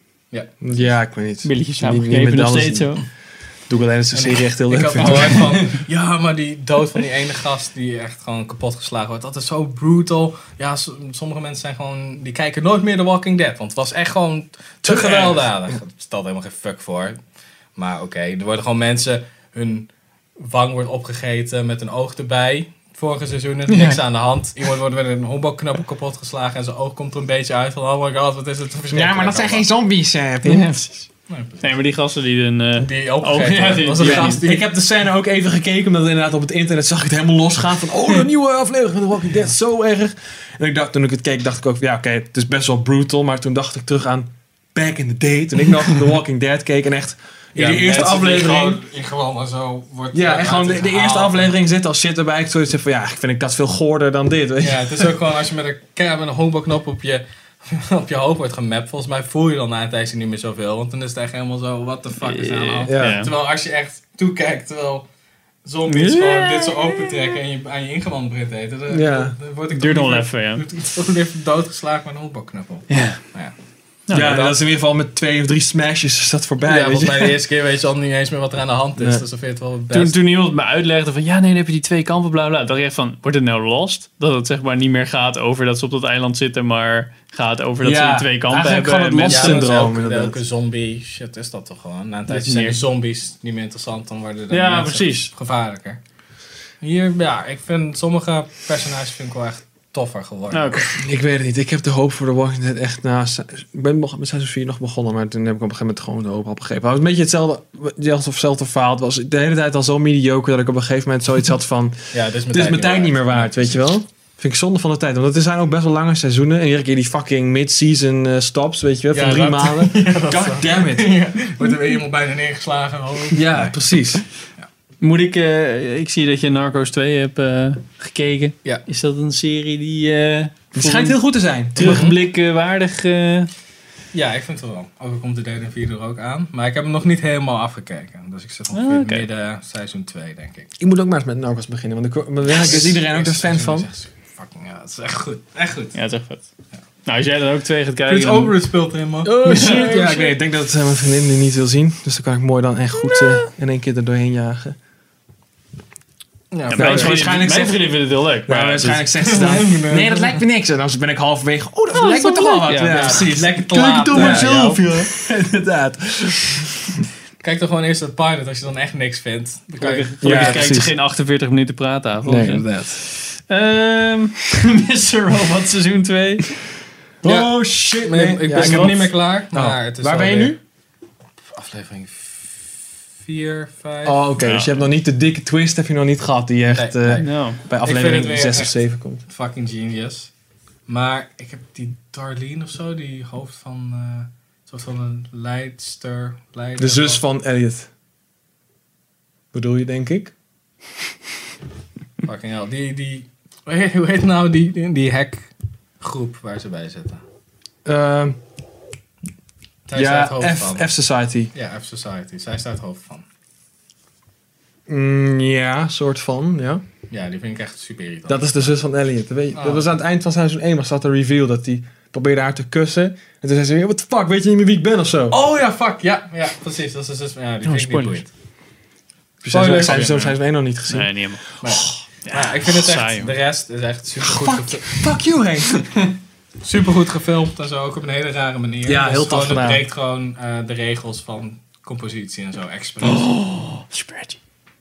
[SPEAKER 2] Ja, ik weet niet.
[SPEAKER 3] billetjes
[SPEAKER 2] Niet
[SPEAKER 3] samengeknepen,
[SPEAKER 2] met
[SPEAKER 3] nog
[SPEAKER 2] alles-
[SPEAKER 3] steeds zo.
[SPEAKER 2] Doe ik alleen als de serie echt heel
[SPEAKER 1] Ik
[SPEAKER 2] leuk
[SPEAKER 1] had
[SPEAKER 2] vind.
[SPEAKER 1] gehoord van... Ja, maar die dood van die ene gast die echt gewoon kapot geslagen wordt. Dat is zo brutal. Ja, sommige mensen zijn gewoon... Die kijken nooit meer The Walking Dead. Want het was echt gewoon te gewelddadig. Dat stelt helemaal geen fuck voor. Maar oké, er worden gewoon mensen... Hun wang wordt opgegeten met een oog erbij. Vorige seizoenen, niks aan de hand. Iemand wordt met een honkbalknuppel kapot geslagen en zijn oog komt er een beetje uit van oh my god, wat is het verschrikkelijk.
[SPEAKER 2] Ja, maar dat zijn geen zombies, Pim.
[SPEAKER 1] Nee, precies.
[SPEAKER 3] Nee, maar die gasten die een...
[SPEAKER 1] Die opgegeten
[SPEAKER 3] ja,
[SPEAKER 1] wordt.
[SPEAKER 3] die-
[SPEAKER 1] was een
[SPEAKER 3] die-
[SPEAKER 1] gast die...
[SPEAKER 2] Ik heb de scène ook even gekeken, omdat inderdaad op het internet zag ik het helemaal losgaan. Van, oh, een nieuwe aflevering van The Walking Dead, zo erg. En ik dacht, toen ik het keek, dacht ik ook, ja oké, het is best wel brutal. Maar toen dacht ik terug aan back in the day, toen ik nog The Walking Dead keek. En echt, in de eerste aflevering...
[SPEAKER 1] Gewoon maar zo wordt...
[SPEAKER 2] Ja, en gewoon de eerste aflevering zit als shit erbij. Ik zoiets van, ja, ik vind ik dat veel goorder dan dit, weet je.
[SPEAKER 1] Ja, het is ook gewoon als je met een honkbalknop op je hoofd wordt gemapt. Volgens mij voel je dan na een tijdje niet meer zoveel. Want dan is het echt helemaal zo, what the fuck is aan de hand?
[SPEAKER 2] Ja.
[SPEAKER 1] Terwijl als je echt toekijkt, terwijl zombies gewoon dit zo open trekken en je aan je ingewand begint te eten. Dan,
[SPEAKER 2] Ja.
[SPEAKER 1] dan word ik
[SPEAKER 3] Duurt
[SPEAKER 1] toch
[SPEAKER 3] nog
[SPEAKER 1] liever-
[SPEAKER 3] even, ja.
[SPEAKER 1] Toch liever doodgeslagen met een honkbalknuppel.
[SPEAKER 3] Ja.
[SPEAKER 1] Maar ja.
[SPEAKER 2] Ja, dat is in ieder geval met 2 of 3 smashes is dat voorbij,
[SPEAKER 1] Ja,
[SPEAKER 2] weet
[SPEAKER 1] volgens
[SPEAKER 2] je.
[SPEAKER 1] mij de eerste keer weet je al niet eens meer wat er aan de hand is.
[SPEAKER 2] Ja.
[SPEAKER 1] Dus dan vind je het wel het best.
[SPEAKER 3] Toen iemand me uitlegde van ja, nee, dan heb je die 2 kampen, bla bla. Dacht ik echt van, wordt het nou lost? Dat het zeg maar niet meer gaat over dat ze op dat eiland zitten, maar gaat over dat
[SPEAKER 2] Ja,
[SPEAKER 3] ze 2 kampen
[SPEAKER 2] eigenlijk
[SPEAKER 3] hebben.
[SPEAKER 2] gewoon het
[SPEAKER 3] en
[SPEAKER 2] lost
[SPEAKER 3] mensen-
[SPEAKER 2] syndroom,
[SPEAKER 1] elke
[SPEAKER 2] inderdaad.
[SPEAKER 1] zombie shit is dat toch gewoon. Na een
[SPEAKER 3] is
[SPEAKER 1] tijdje zijn
[SPEAKER 3] meer-
[SPEAKER 1] de zombies niet meer interessant, dan worden de
[SPEAKER 3] Ja,
[SPEAKER 1] mensen
[SPEAKER 3] precies.
[SPEAKER 1] gevaarlijker. Hier, ja, ik vind sommige personages vind ik wel echt toffer geworden.
[SPEAKER 3] Nou, oké.
[SPEAKER 2] Ik weet het niet. Ik heb de hoop voor The Walking Dead echt ik ben nog met seizoen 4 nog begonnen, maar toen heb ik op een gegeven moment gewoon de hoop opgegeven. Het was een beetje hetzelfde verhaal. Het was de hele tijd al zo mediocre dat ik op een gegeven moment zoiets had van...
[SPEAKER 1] Ja, dit is
[SPEAKER 2] Het is mijn tijd niet meer waard, weet je wel? Vind ik zonde van de tijd. Want er zijn ook best wel lange seizoenen. En iedere keer die fucking mid-season stops, weet je wel, van 3 maanden. God damn it.
[SPEAKER 1] Ja, wordt er weer iemand bijna neergeslagen. Oh.
[SPEAKER 2] Ja, precies.
[SPEAKER 3] Moet ik zie dat je Narcos 2 hebt gekeken.
[SPEAKER 1] Ja.
[SPEAKER 3] Is dat een serie die...
[SPEAKER 2] Het schijnt heel goed te zijn.
[SPEAKER 3] terugblik waardig...
[SPEAKER 1] Ja, ik vind het wel. Ook al komt de derde en vierde er ook aan. Maar ik heb hem nog niet helemaal afgekeken. Dus ik zit ongeveer
[SPEAKER 3] oké.
[SPEAKER 1] midden seizoen 2, denk ik.
[SPEAKER 2] Ik moet ook maar eens met Narcos beginnen. Want ik is iedereen ook er fan van.
[SPEAKER 1] Fucking, ja, het is echt goed. Echt goed.
[SPEAKER 3] Ja, het is echt vet. Nou, als jij dan ook 2 gaat kijken...
[SPEAKER 1] Prince
[SPEAKER 3] dan-
[SPEAKER 1] Overwood speelt erin, man.
[SPEAKER 2] Oh shit. Ja, ik weet. Ik denk dat mijn vriendin die niet wil zien. Dus dan kan ik mooi dan echt goed in één keer er doorheen jagen.
[SPEAKER 1] Ja,
[SPEAKER 3] Ja,
[SPEAKER 2] waarschijnlijk
[SPEAKER 3] mijn
[SPEAKER 2] zegt-
[SPEAKER 3] vriendin vindt het heel leuk.
[SPEAKER 2] Maar
[SPEAKER 3] Maar
[SPEAKER 2] waarschijnlijk zegt ze dan... Nee, dat lijkt me niks. En dan ben ik halverwege... Oh, dat lijkt me toch wel wat.
[SPEAKER 1] Ja, precies. Lekker te
[SPEAKER 2] Kijk
[SPEAKER 1] laat.
[SPEAKER 2] het door mezelf,
[SPEAKER 1] ja.
[SPEAKER 2] ja. Inderdaad.
[SPEAKER 1] Kijk toch gewoon eerst het pilot als je dan echt niks vindt. Dan kan je...
[SPEAKER 3] Gelukkig kijkt ze
[SPEAKER 2] precies.
[SPEAKER 3] geen 48 minuten praten aan.
[SPEAKER 2] Nee, inderdaad.
[SPEAKER 3] Mr. Robot seizoen 2.
[SPEAKER 1] Ja.
[SPEAKER 2] Oh shit,
[SPEAKER 1] Nee,
[SPEAKER 2] man.
[SPEAKER 1] ik
[SPEAKER 2] Ja,
[SPEAKER 1] ben
[SPEAKER 2] ik
[SPEAKER 1] nog
[SPEAKER 2] heb-
[SPEAKER 1] niet meer klaar. Maar het is
[SPEAKER 2] Waar ben je
[SPEAKER 1] alweer
[SPEAKER 2] nu?
[SPEAKER 1] Aflevering 4, 5.
[SPEAKER 2] Oh, oké.
[SPEAKER 3] Ja.
[SPEAKER 2] Dus je hebt nog niet de dikke twist, heb je nog niet gehad, die echt
[SPEAKER 1] Nee, nee.
[SPEAKER 3] Nou.
[SPEAKER 2] bij
[SPEAKER 1] vind het
[SPEAKER 2] aflevering
[SPEAKER 1] weer
[SPEAKER 2] 6 of
[SPEAKER 1] echt-
[SPEAKER 2] 7 komt.
[SPEAKER 1] Fucking genius. Maar ik heb die Darlene of zo, die hoofd van... soort van een leider
[SPEAKER 2] De zus van Elliot. Bedoel je, denk ik?
[SPEAKER 1] Fucking hell. Hoe heet nou die hackgroep waar ze bij zitten? Zij staat het hoofd van.
[SPEAKER 2] F-Society.
[SPEAKER 1] Ja, F-Society. Zij staat het hoofd van.
[SPEAKER 2] Ja, soort van, ja.
[SPEAKER 1] Ja, die vind ik echt super irritant.
[SPEAKER 2] Dat is de zus van Elliot. Dat, weet je,
[SPEAKER 1] Oh.
[SPEAKER 2] dat was aan het eind van seizoen 1, was dat een reveal dat hij probeerde haar te kussen. En toen zei ze, what the fuck, weet je niet meer wie ik ben of zo?
[SPEAKER 1] Oh ja, fuck. Ja, precies. Dat is dus, ja, die vind ik niet
[SPEAKER 3] spoilers.
[SPEAKER 1] boeiend.
[SPEAKER 2] Seizoen
[SPEAKER 1] spoilers.
[SPEAKER 2] seizoen 1 nog niet gezien.
[SPEAKER 3] Nee, niet helemaal.
[SPEAKER 1] Maar ja, ik vind het echt...
[SPEAKER 3] saai, hoor.
[SPEAKER 1] de rest is echt supergoed
[SPEAKER 2] Fuck you, Henk.
[SPEAKER 1] supergoed gefilmd en zo. Ook op een hele rare manier.
[SPEAKER 2] Ja, heel
[SPEAKER 1] Dus
[SPEAKER 2] tof
[SPEAKER 1] gewoon,
[SPEAKER 2] gedaan.
[SPEAKER 1] het breekt gewoon de regels van compositie en zo. Expres.
[SPEAKER 3] Spreadsheet.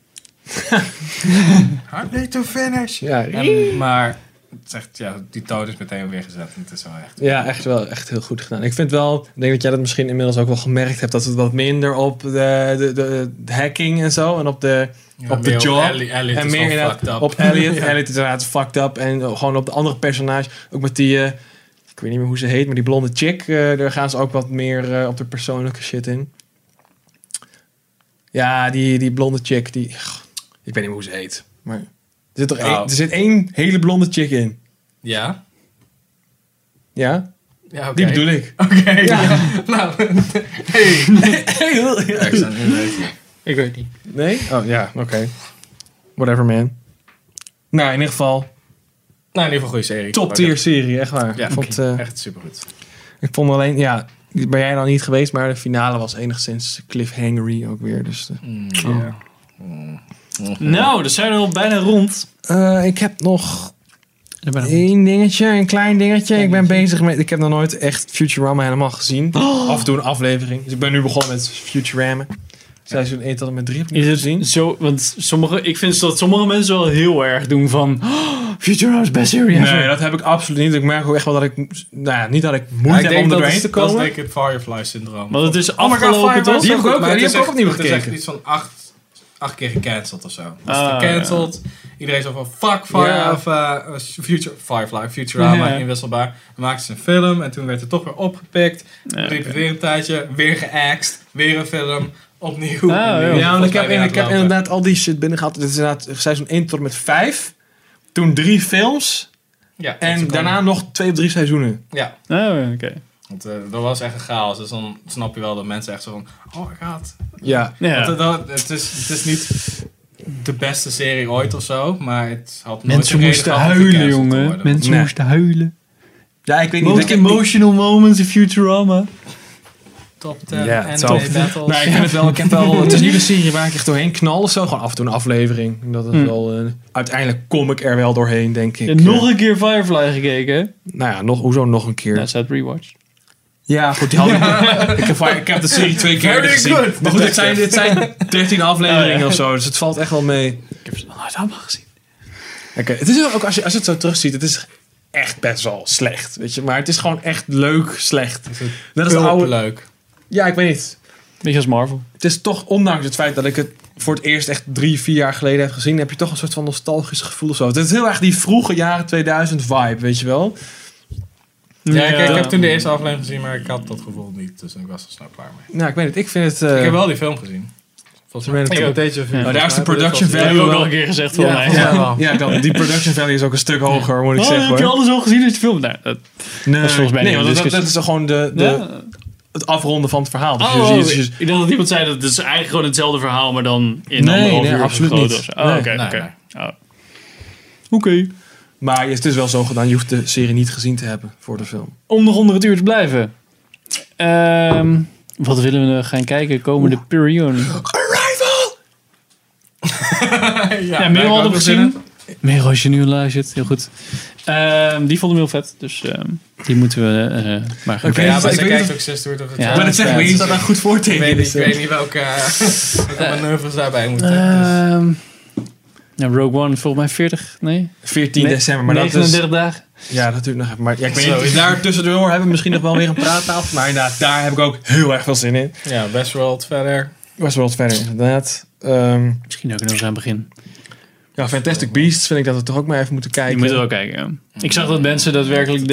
[SPEAKER 1] Hard need to finish.
[SPEAKER 2] Ja,
[SPEAKER 1] Maar het is echt, ja, die toon is meteen weer gezet. En het is wel echt...
[SPEAKER 2] ja, echt wel echt heel goed gedaan. Ik vind wel, ik denk dat jij dat misschien inmiddels ook wel gemerkt hebt, dat het wat minder op de hacking en zo en op de op de
[SPEAKER 1] meer
[SPEAKER 2] job.
[SPEAKER 1] Elliot
[SPEAKER 2] En
[SPEAKER 1] is
[SPEAKER 2] meer
[SPEAKER 1] gewoon
[SPEAKER 2] inderdaad
[SPEAKER 1] fucked up.
[SPEAKER 2] op Elliot. Elliot is inderdaad fucked up. En gewoon op de andere personage. Ook met die, ik weet niet meer hoe ze heet, maar die blonde chick. Daar gaan ze ook wat meer op de persoonlijke shit in. Ja, die blonde chick. Ik weet niet meer hoe ze heet. Maar er zit één hele blonde chick in.
[SPEAKER 1] Ja?
[SPEAKER 2] Ja?
[SPEAKER 1] Ja, oké.
[SPEAKER 2] Die bedoel ik.
[SPEAKER 1] Oké.
[SPEAKER 2] Ja.
[SPEAKER 1] Nou, hey. Ja, ik zou het niet weten.
[SPEAKER 3] Ik weet niet.
[SPEAKER 2] Nee? Oh ja, oké. Whatever, man. Nou, in ieder geval,
[SPEAKER 1] Nou, in ieder geval een goede serie.
[SPEAKER 2] top tier serie, echt waar.
[SPEAKER 1] Ja,
[SPEAKER 2] ik, vond,
[SPEAKER 1] echt supergoed.
[SPEAKER 2] ik vond alleen, ja, ben jij dan niet geweest, maar de finale was enigszins cliffhangery ook weer. Dus,
[SPEAKER 1] Ja.
[SPEAKER 3] Nou, dan zijn we al bijna rond.
[SPEAKER 2] ik heb nog één dingetje, een klein dingetje. Ik ben bezig met, ik heb nog nooit echt Futurama helemaal gezien. Af en toe een aflevering. Dus ik ben nu begonnen met Futurama. Seizoen 1 tot en met 3 heb ik niet
[SPEAKER 3] Is
[SPEAKER 2] gezien.
[SPEAKER 3] het zo, want ik vind dat sommige mensen wel heel erg doen van Futurama is best serie ever.
[SPEAKER 2] Nee, dat heb ik absoluut niet. Ik merk ook echt wel dat ik, nou ja, niet dat ik
[SPEAKER 1] Ja,
[SPEAKER 2] moeite
[SPEAKER 1] ik
[SPEAKER 2] heb
[SPEAKER 1] denk
[SPEAKER 2] om er
[SPEAKER 1] dat
[SPEAKER 2] doorheen
[SPEAKER 1] is,
[SPEAKER 2] te
[SPEAKER 1] dat is
[SPEAKER 2] komen.
[SPEAKER 1] denk ik het Firefly-syndroom.
[SPEAKER 3] Want het is
[SPEAKER 1] Oh my god,
[SPEAKER 3] afgelopen
[SPEAKER 1] Firefly
[SPEAKER 3] toch?
[SPEAKER 2] Die heb ik ook-
[SPEAKER 1] maar
[SPEAKER 2] die
[SPEAKER 1] het
[SPEAKER 2] heb
[SPEAKER 1] is
[SPEAKER 2] ik ook opnieuw
[SPEAKER 1] echt- Het is
[SPEAKER 2] gekeken.
[SPEAKER 1] echt iets van 8 keer gecanceld of zo. Het is
[SPEAKER 3] Ah,
[SPEAKER 1] gecanceld. Iedereen zo van fuck Firefly, Futurama,
[SPEAKER 3] Ja.
[SPEAKER 1] inwisselbaar. Dan maakten ze een film en toen werd het toch weer opgepikt. Liep het weer een tijdje, weer geaxed, weer een film, opnieuw.
[SPEAKER 3] ja.
[SPEAKER 2] Ja, want ik heb
[SPEAKER 1] inderdaad
[SPEAKER 2] inderdaad al die shit binnen gehad. Dit is inderdaad seizoen 1 tot en met 5. Toen 3 films.
[SPEAKER 1] Ja,
[SPEAKER 2] En daarna nog 2 of 3 seizoenen.
[SPEAKER 1] Ja,
[SPEAKER 3] Oh, oké.
[SPEAKER 1] want dat was echt een chaos. Dus dan snap je wel dat mensen echt zo van, oh my god.
[SPEAKER 2] Ja.
[SPEAKER 3] Ja.
[SPEAKER 1] Want het is niet de beste serie ooit of zo, maar het had nooit
[SPEAKER 3] Mensen
[SPEAKER 1] een reden
[SPEAKER 3] moesten
[SPEAKER 1] gehad om
[SPEAKER 3] huilen,
[SPEAKER 1] gecanceld te
[SPEAKER 3] jongen.
[SPEAKER 1] worden.
[SPEAKER 3] Mensen
[SPEAKER 2] Nee.
[SPEAKER 3] moesten huilen.
[SPEAKER 2] Ja, ik weet niet.
[SPEAKER 3] Most
[SPEAKER 2] Ik,
[SPEAKER 3] emotional moments in Futurama.
[SPEAKER 1] Top 10
[SPEAKER 2] Ja,
[SPEAKER 1] anime
[SPEAKER 2] top.
[SPEAKER 1] battles.
[SPEAKER 2] nou, ik vind het wel. Ik heb wel. Het is niet een serie waar ik echt doorheen knal of zo. Gewoon af en toe een aflevering. Dat is wel. Uiteindelijk kom ik er wel doorheen, denk ik.
[SPEAKER 3] Je hebt nog een keer Firefly gekeken, hè?
[SPEAKER 2] Nou ja, hoezo nog een keer?
[SPEAKER 3] Dat staat rewatch.
[SPEAKER 2] Ja, goed. Die had ik heb de serie 2 keer
[SPEAKER 1] Very
[SPEAKER 2] gezien.
[SPEAKER 1] good.
[SPEAKER 2] Maar goed, dit zijn 13 afleveringen of zo. Dus het valt echt wel mee.
[SPEAKER 3] Ik heb ze nog nooit allemaal gezien.
[SPEAKER 2] Oké, het is ook als je het zo terugziet, het is echt best wel slecht, weet je. Maar het is gewoon echt leuk slecht. Dat is de oude.
[SPEAKER 1] leuk.
[SPEAKER 2] Ja, ik weet niet.
[SPEAKER 3] Beetje als Marvel.
[SPEAKER 2] Het is toch, ondanks het feit dat ik het voor het eerst echt 3-4 jaar geleden heb gezien, heb je toch een soort van nostalgisch gevoel of zo. Het is heel erg die vroege jaren 2000 vibe, weet je wel.
[SPEAKER 1] Ja, ik heb toen de eerste aflevering gezien, maar ik had dat gevoel niet. Dus ik was er snel klaar mee.
[SPEAKER 2] Nou, ik weet het. Ik vind het.
[SPEAKER 1] Ik heb wel die film gezien. Volgens mij.
[SPEAKER 2] Ik
[SPEAKER 1] Ik
[SPEAKER 2] heb
[SPEAKER 1] heb deze
[SPEAKER 2] Nou, daar is de production
[SPEAKER 3] Dat heb
[SPEAKER 2] value
[SPEAKER 3] ik ook
[SPEAKER 2] wel.
[SPEAKER 3] al een keer gezegd, volgens mij.
[SPEAKER 2] Ja, die production value is ook een stuk hoger, moet ik
[SPEAKER 3] Oh,
[SPEAKER 2] zeggen.
[SPEAKER 3] heb je
[SPEAKER 2] Hoor.
[SPEAKER 3] alles al gezien uit de film? Nou, dat
[SPEAKER 2] Nee,
[SPEAKER 3] is volgens mij
[SPEAKER 2] nee,
[SPEAKER 3] niet
[SPEAKER 2] want
[SPEAKER 3] een
[SPEAKER 2] dat
[SPEAKER 3] discussie.
[SPEAKER 2] is toch gewoon het afronden van het verhaal. Dus
[SPEAKER 3] Oh,
[SPEAKER 2] je-
[SPEAKER 3] ik dacht dat iemand zei dat het is eigenlijk gewoon hetzelfde verhaal, maar dan in anderhalf uur
[SPEAKER 2] absoluut
[SPEAKER 3] vergroot
[SPEAKER 2] niet.
[SPEAKER 3] of zo. Oh,
[SPEAKER 2] Nee.
[SPEAKER 3] oké,
[SPEAKER 1] Nee,
[SPEAKER 3] oké.
[SPEAKER 1] nee.
[SPEAKER 3] Oh. Oké.
[SPEAKER 2] Maar het is wel zo gedaan. Je hoeft de serie niet gezien te hebben voor de film.
[SPEAKER 3] Om nog onder het uur te blijven. Wat willen we gaan kijken komende periode?
[SPEAKER 2] Arrival!
[SPEAKER 3] Ja, Merel hadden we gezien. Merel, als je nu luistert, heel goed. Die vonden we heel vet, dus die moeten we maar gaan
[SPEAKER 2] Oké,
[SPEAKER 3] kijken.
[SPEAKER 1] Ja, maar
[SPEAKER 2] ik
[SPEAKER 1] ze
[SPEAKER 2] weet
[SPEAKER 1] kijkt
[SPEAKER 2] niet-
[SPEAKER 1] ook Sisterhood of the
[SPEAKER 3] Ja,
[SPEAKER 1] Traveling
[SPEAKER 2] Maar dat zeg ik,
[SPEAKER 1] Pants.
[SPEAKER 2] weet je dat daar goed voor
[SPEAKER 1] Ik
[SPEAKER 2] tegen
[SPEAKER 1] weet,
[SPEAKER 2] is.
[SPEAKER 1] ik weet niet welke manoeuvres daarbij moeten. Dus.
[SPEAKER 3] Ja, Rogue One, volgens mij 40, nee?
[SPEAKER 2] 14 december. Maar
[SPEAKER 3] 39 dagen.
[SPEAKER 2] Ja, dat duurt nog even. Maar ja, ik weet
[SPEAKER 1] Zo,
[SPEAKER 2] niet, daar tussendoor hebben we misschien nog wel weer een praattafel. Maar inderdaad, daar heb ik ook heel erg veel zin in.
[SPEAKER 1] Ja, Westworld verder.
[SPEAKER 2] Westworld verder, inderdaad.
[SPEAKER 3] Misschien ook nog eens aan het begin.
[SPEAKER 2] Ja, Fantastic Beasts vind ik dat we toch ook maar even moeten kijken.
[SPEAKER 3] Je moet er wel kijken, ja. Ik zag dat mensen daadwerkelijk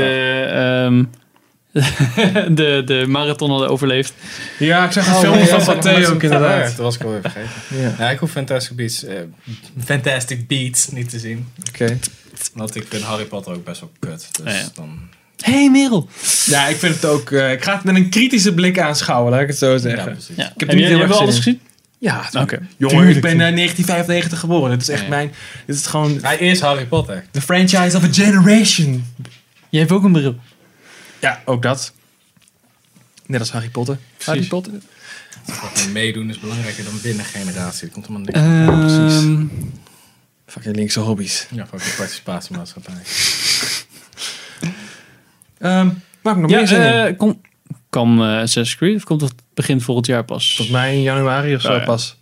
[SPEAKER 3] de marathon hadden overleefd.
[SPEAKER 2] Ja, ik zag een film van Pathé ook inderdaad.
[SPEAKER 1] Dat was ik alweer vergeten. Ja, ik hoef Fantastic Beasts niet te zien.
[SPEAKER 2] Oké.
[SPEAKER 1] Want ik vind Harry Potter ook best wel kut. Dus
[SPEAKER 3] Ja.
[SPEAKER 1] dan...
[SPEAKER 3] Hey Merel!
[SPEAKER 2] Ja, ik vind het ook... ik ga het met een kritische blik aanschouwen, laat ik het zo
[SPEAKER 1] Ja,
[SPEAKER 2] zeggen.
[SPEAKER 1] precies.
[SPEAKER 3] Ja.
[SPEAKER 2] Ik heb
[SPEAKER 3] Heb
[SPEAKER 2] niet
[SPEAKER 3] jij
[SPEAKER 2] heel erg
[SPEAKER 3] wel
[SPEAKER 2] zin
[SPEAKER 3] alles
[SPEAKER 2] in.
[SPEAKER 3] gezien?
[SPEAKER 2] Ja,
[SPEAKER 3] Oké.
[SPEAKER 2] jongen, ik ben 1995 geboren. Het is echt
[SPEAKER 3] Ja.
[SPEAKER 2] mijn... Dit is gewoon
[SPEAKER 1] Hij is Harry Potter.
[SPEAKER 2] the franchise of a generation.
[SPEAKER 3] Jij hebt ook een bril.
[SPEAKER 2] Ja, ook dat. Net als Harry Potter. Harry Potter.
[SPEAKER 1] Fucking meedoen is belangrijker dan winnen generatie. Er komt helemaal niks
[SPEAKER 3] Ehm
[SPEAKER 2] Fucking linkse hobby's.
[SPEAKER 1] Ja, fucking participatiemaatschappij.
[SPEAKER 2] Waar heb ik nog meer zin in?
[SPEAKER 3] Kwam Assassin's Creed of komt dat begin volgend jaar pas?
[SPEAKER 2] Volgens mij in januari of zo
[SPEAKER 3] Oh, ja.
[SPEAKER 2] pas.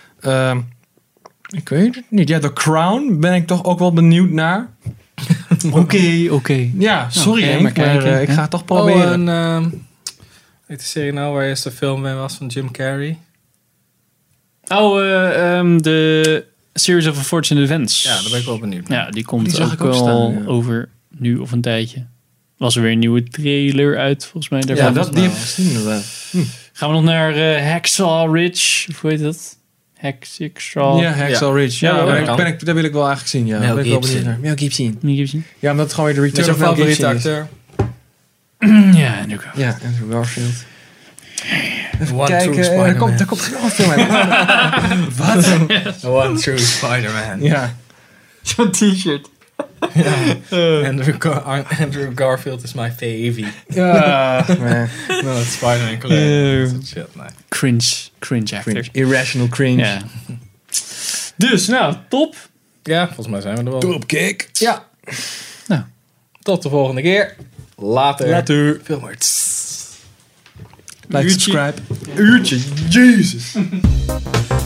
[SPEAKER 2] Ik weet het niet. Ja, The Crown ben ik toch ook wel benieuwd naar.
[SPEAKER 3] Oké.
[SPEAKER 2] Ja, sorry
[SPEAKER 3] ga je
[SPEAKER 2] Henk,
[SPEAKER 3] maar
[SPEAKER 2] maar
[SPEAKER 3] kijken,
[SPEAKER 2] ik
[SPEAKER 3] hè?
[SPEAKER 2] ga het toch proberen.
[SPEAKER 1] Weet de serie nou waar eerst de film bij was van Jim Carrey?
[SPEAKER 3] De Series of Unfortunate Events.
[SPEAKER 1] Ja, daar ben ik wel benieuwd naar.
[SPEAKER 3] Ja, die komt
[SPEAKER 2] Die zag
[SPEAKER 3] ook
[SPEAKER 2] ik ook
[SPEAKER 3] wel
[SPEAKER 2] staan, ja.
[SPEAKER 3] over nu of een tijdje. Was er weer een nieuwe trailer uit, volgens mij.
[SPEAKER 2] Ja,
[SPEAKER 3] Daarvan.
[SPEAKER 2] die heb ik gezien inderdaad.
[SPEAKER 3] Gaan we nog naar Hacksaw Ridge? Of hoe heet dat? Hacksaw?
[SPEAKER 2] Ja, Hacksaw Ridge.
[SPEAKER 3] Ja,
[SPEAKER 2] Ja,
[SPEAKER 3] dat
[SPEAKER 1] kan.
[SPEAKER 2] daar wil ik wel eigenlijk zien. Ja.
[SPEAKER 1] Mel
[SPEAKER 2] Daar ben ik wel
[SPEAKER 1] Gibson.
[SPEAKER 2] benieuwd naar. Mel Gibson.
[SPEAKER 3] Niet gezien?
[SPEAKER 2] Ja, omdat het gewoon weer de
[SPEAKER 1] Met
[SPEAKER 2] Return
[SPEAKER 1] jouw
[SPEAKER 2] of Mel
[SPEAKER 1] favoriete
[SPEAKER 2] Gibson is.
[SPEAKER 1] acteur?
[SPEAKER 3] Ja, en ook.
[SPEAKER 2] Ja, Andrew Garfield.
[SPEAKER 1] One
[SPEAKER 2] Kijk,
[SPEAKER 1] True
[SPEAKER 2] daar komt
[SPEAKER 1] Spider-Man.
[SPEAKER 2] nog een film uit. Wat?
[SPEAKER 1] The One True Spider-Man.
[SPEAKER 2] Ja.
[SPEAKER 3] Zo'n t-shirt.
[SPEAKER 1] Andrew Garfield is my favie.
[SPEAKER 2] Ja. Nee.
[SPEAKER 1] No, it's Spider-Man collega. Dat shit, nee.
[SPEAKER 3] Cringe actor.
[SPEAKER 2] Irrational cringe.
[SPEAKER 3] Ja. Dus, nou, top.
[SPEAKER 1] Ja, volgens mij zijn we er wel.
[SPEAKER 2] Topkick.
[SPEAKER 1] Ja.
[SPEAKER 3] Nou.
[SPEAKER 1] Tot de volgende keer. Later.
[SPEAKER 2] Later.
[SPEAKER 1] Filmers.
[SPEAKER 2] Like,
[SPEAKER 3] Uurtje.
[SPEAKER 2] subscribe. Uurtje. Jesus.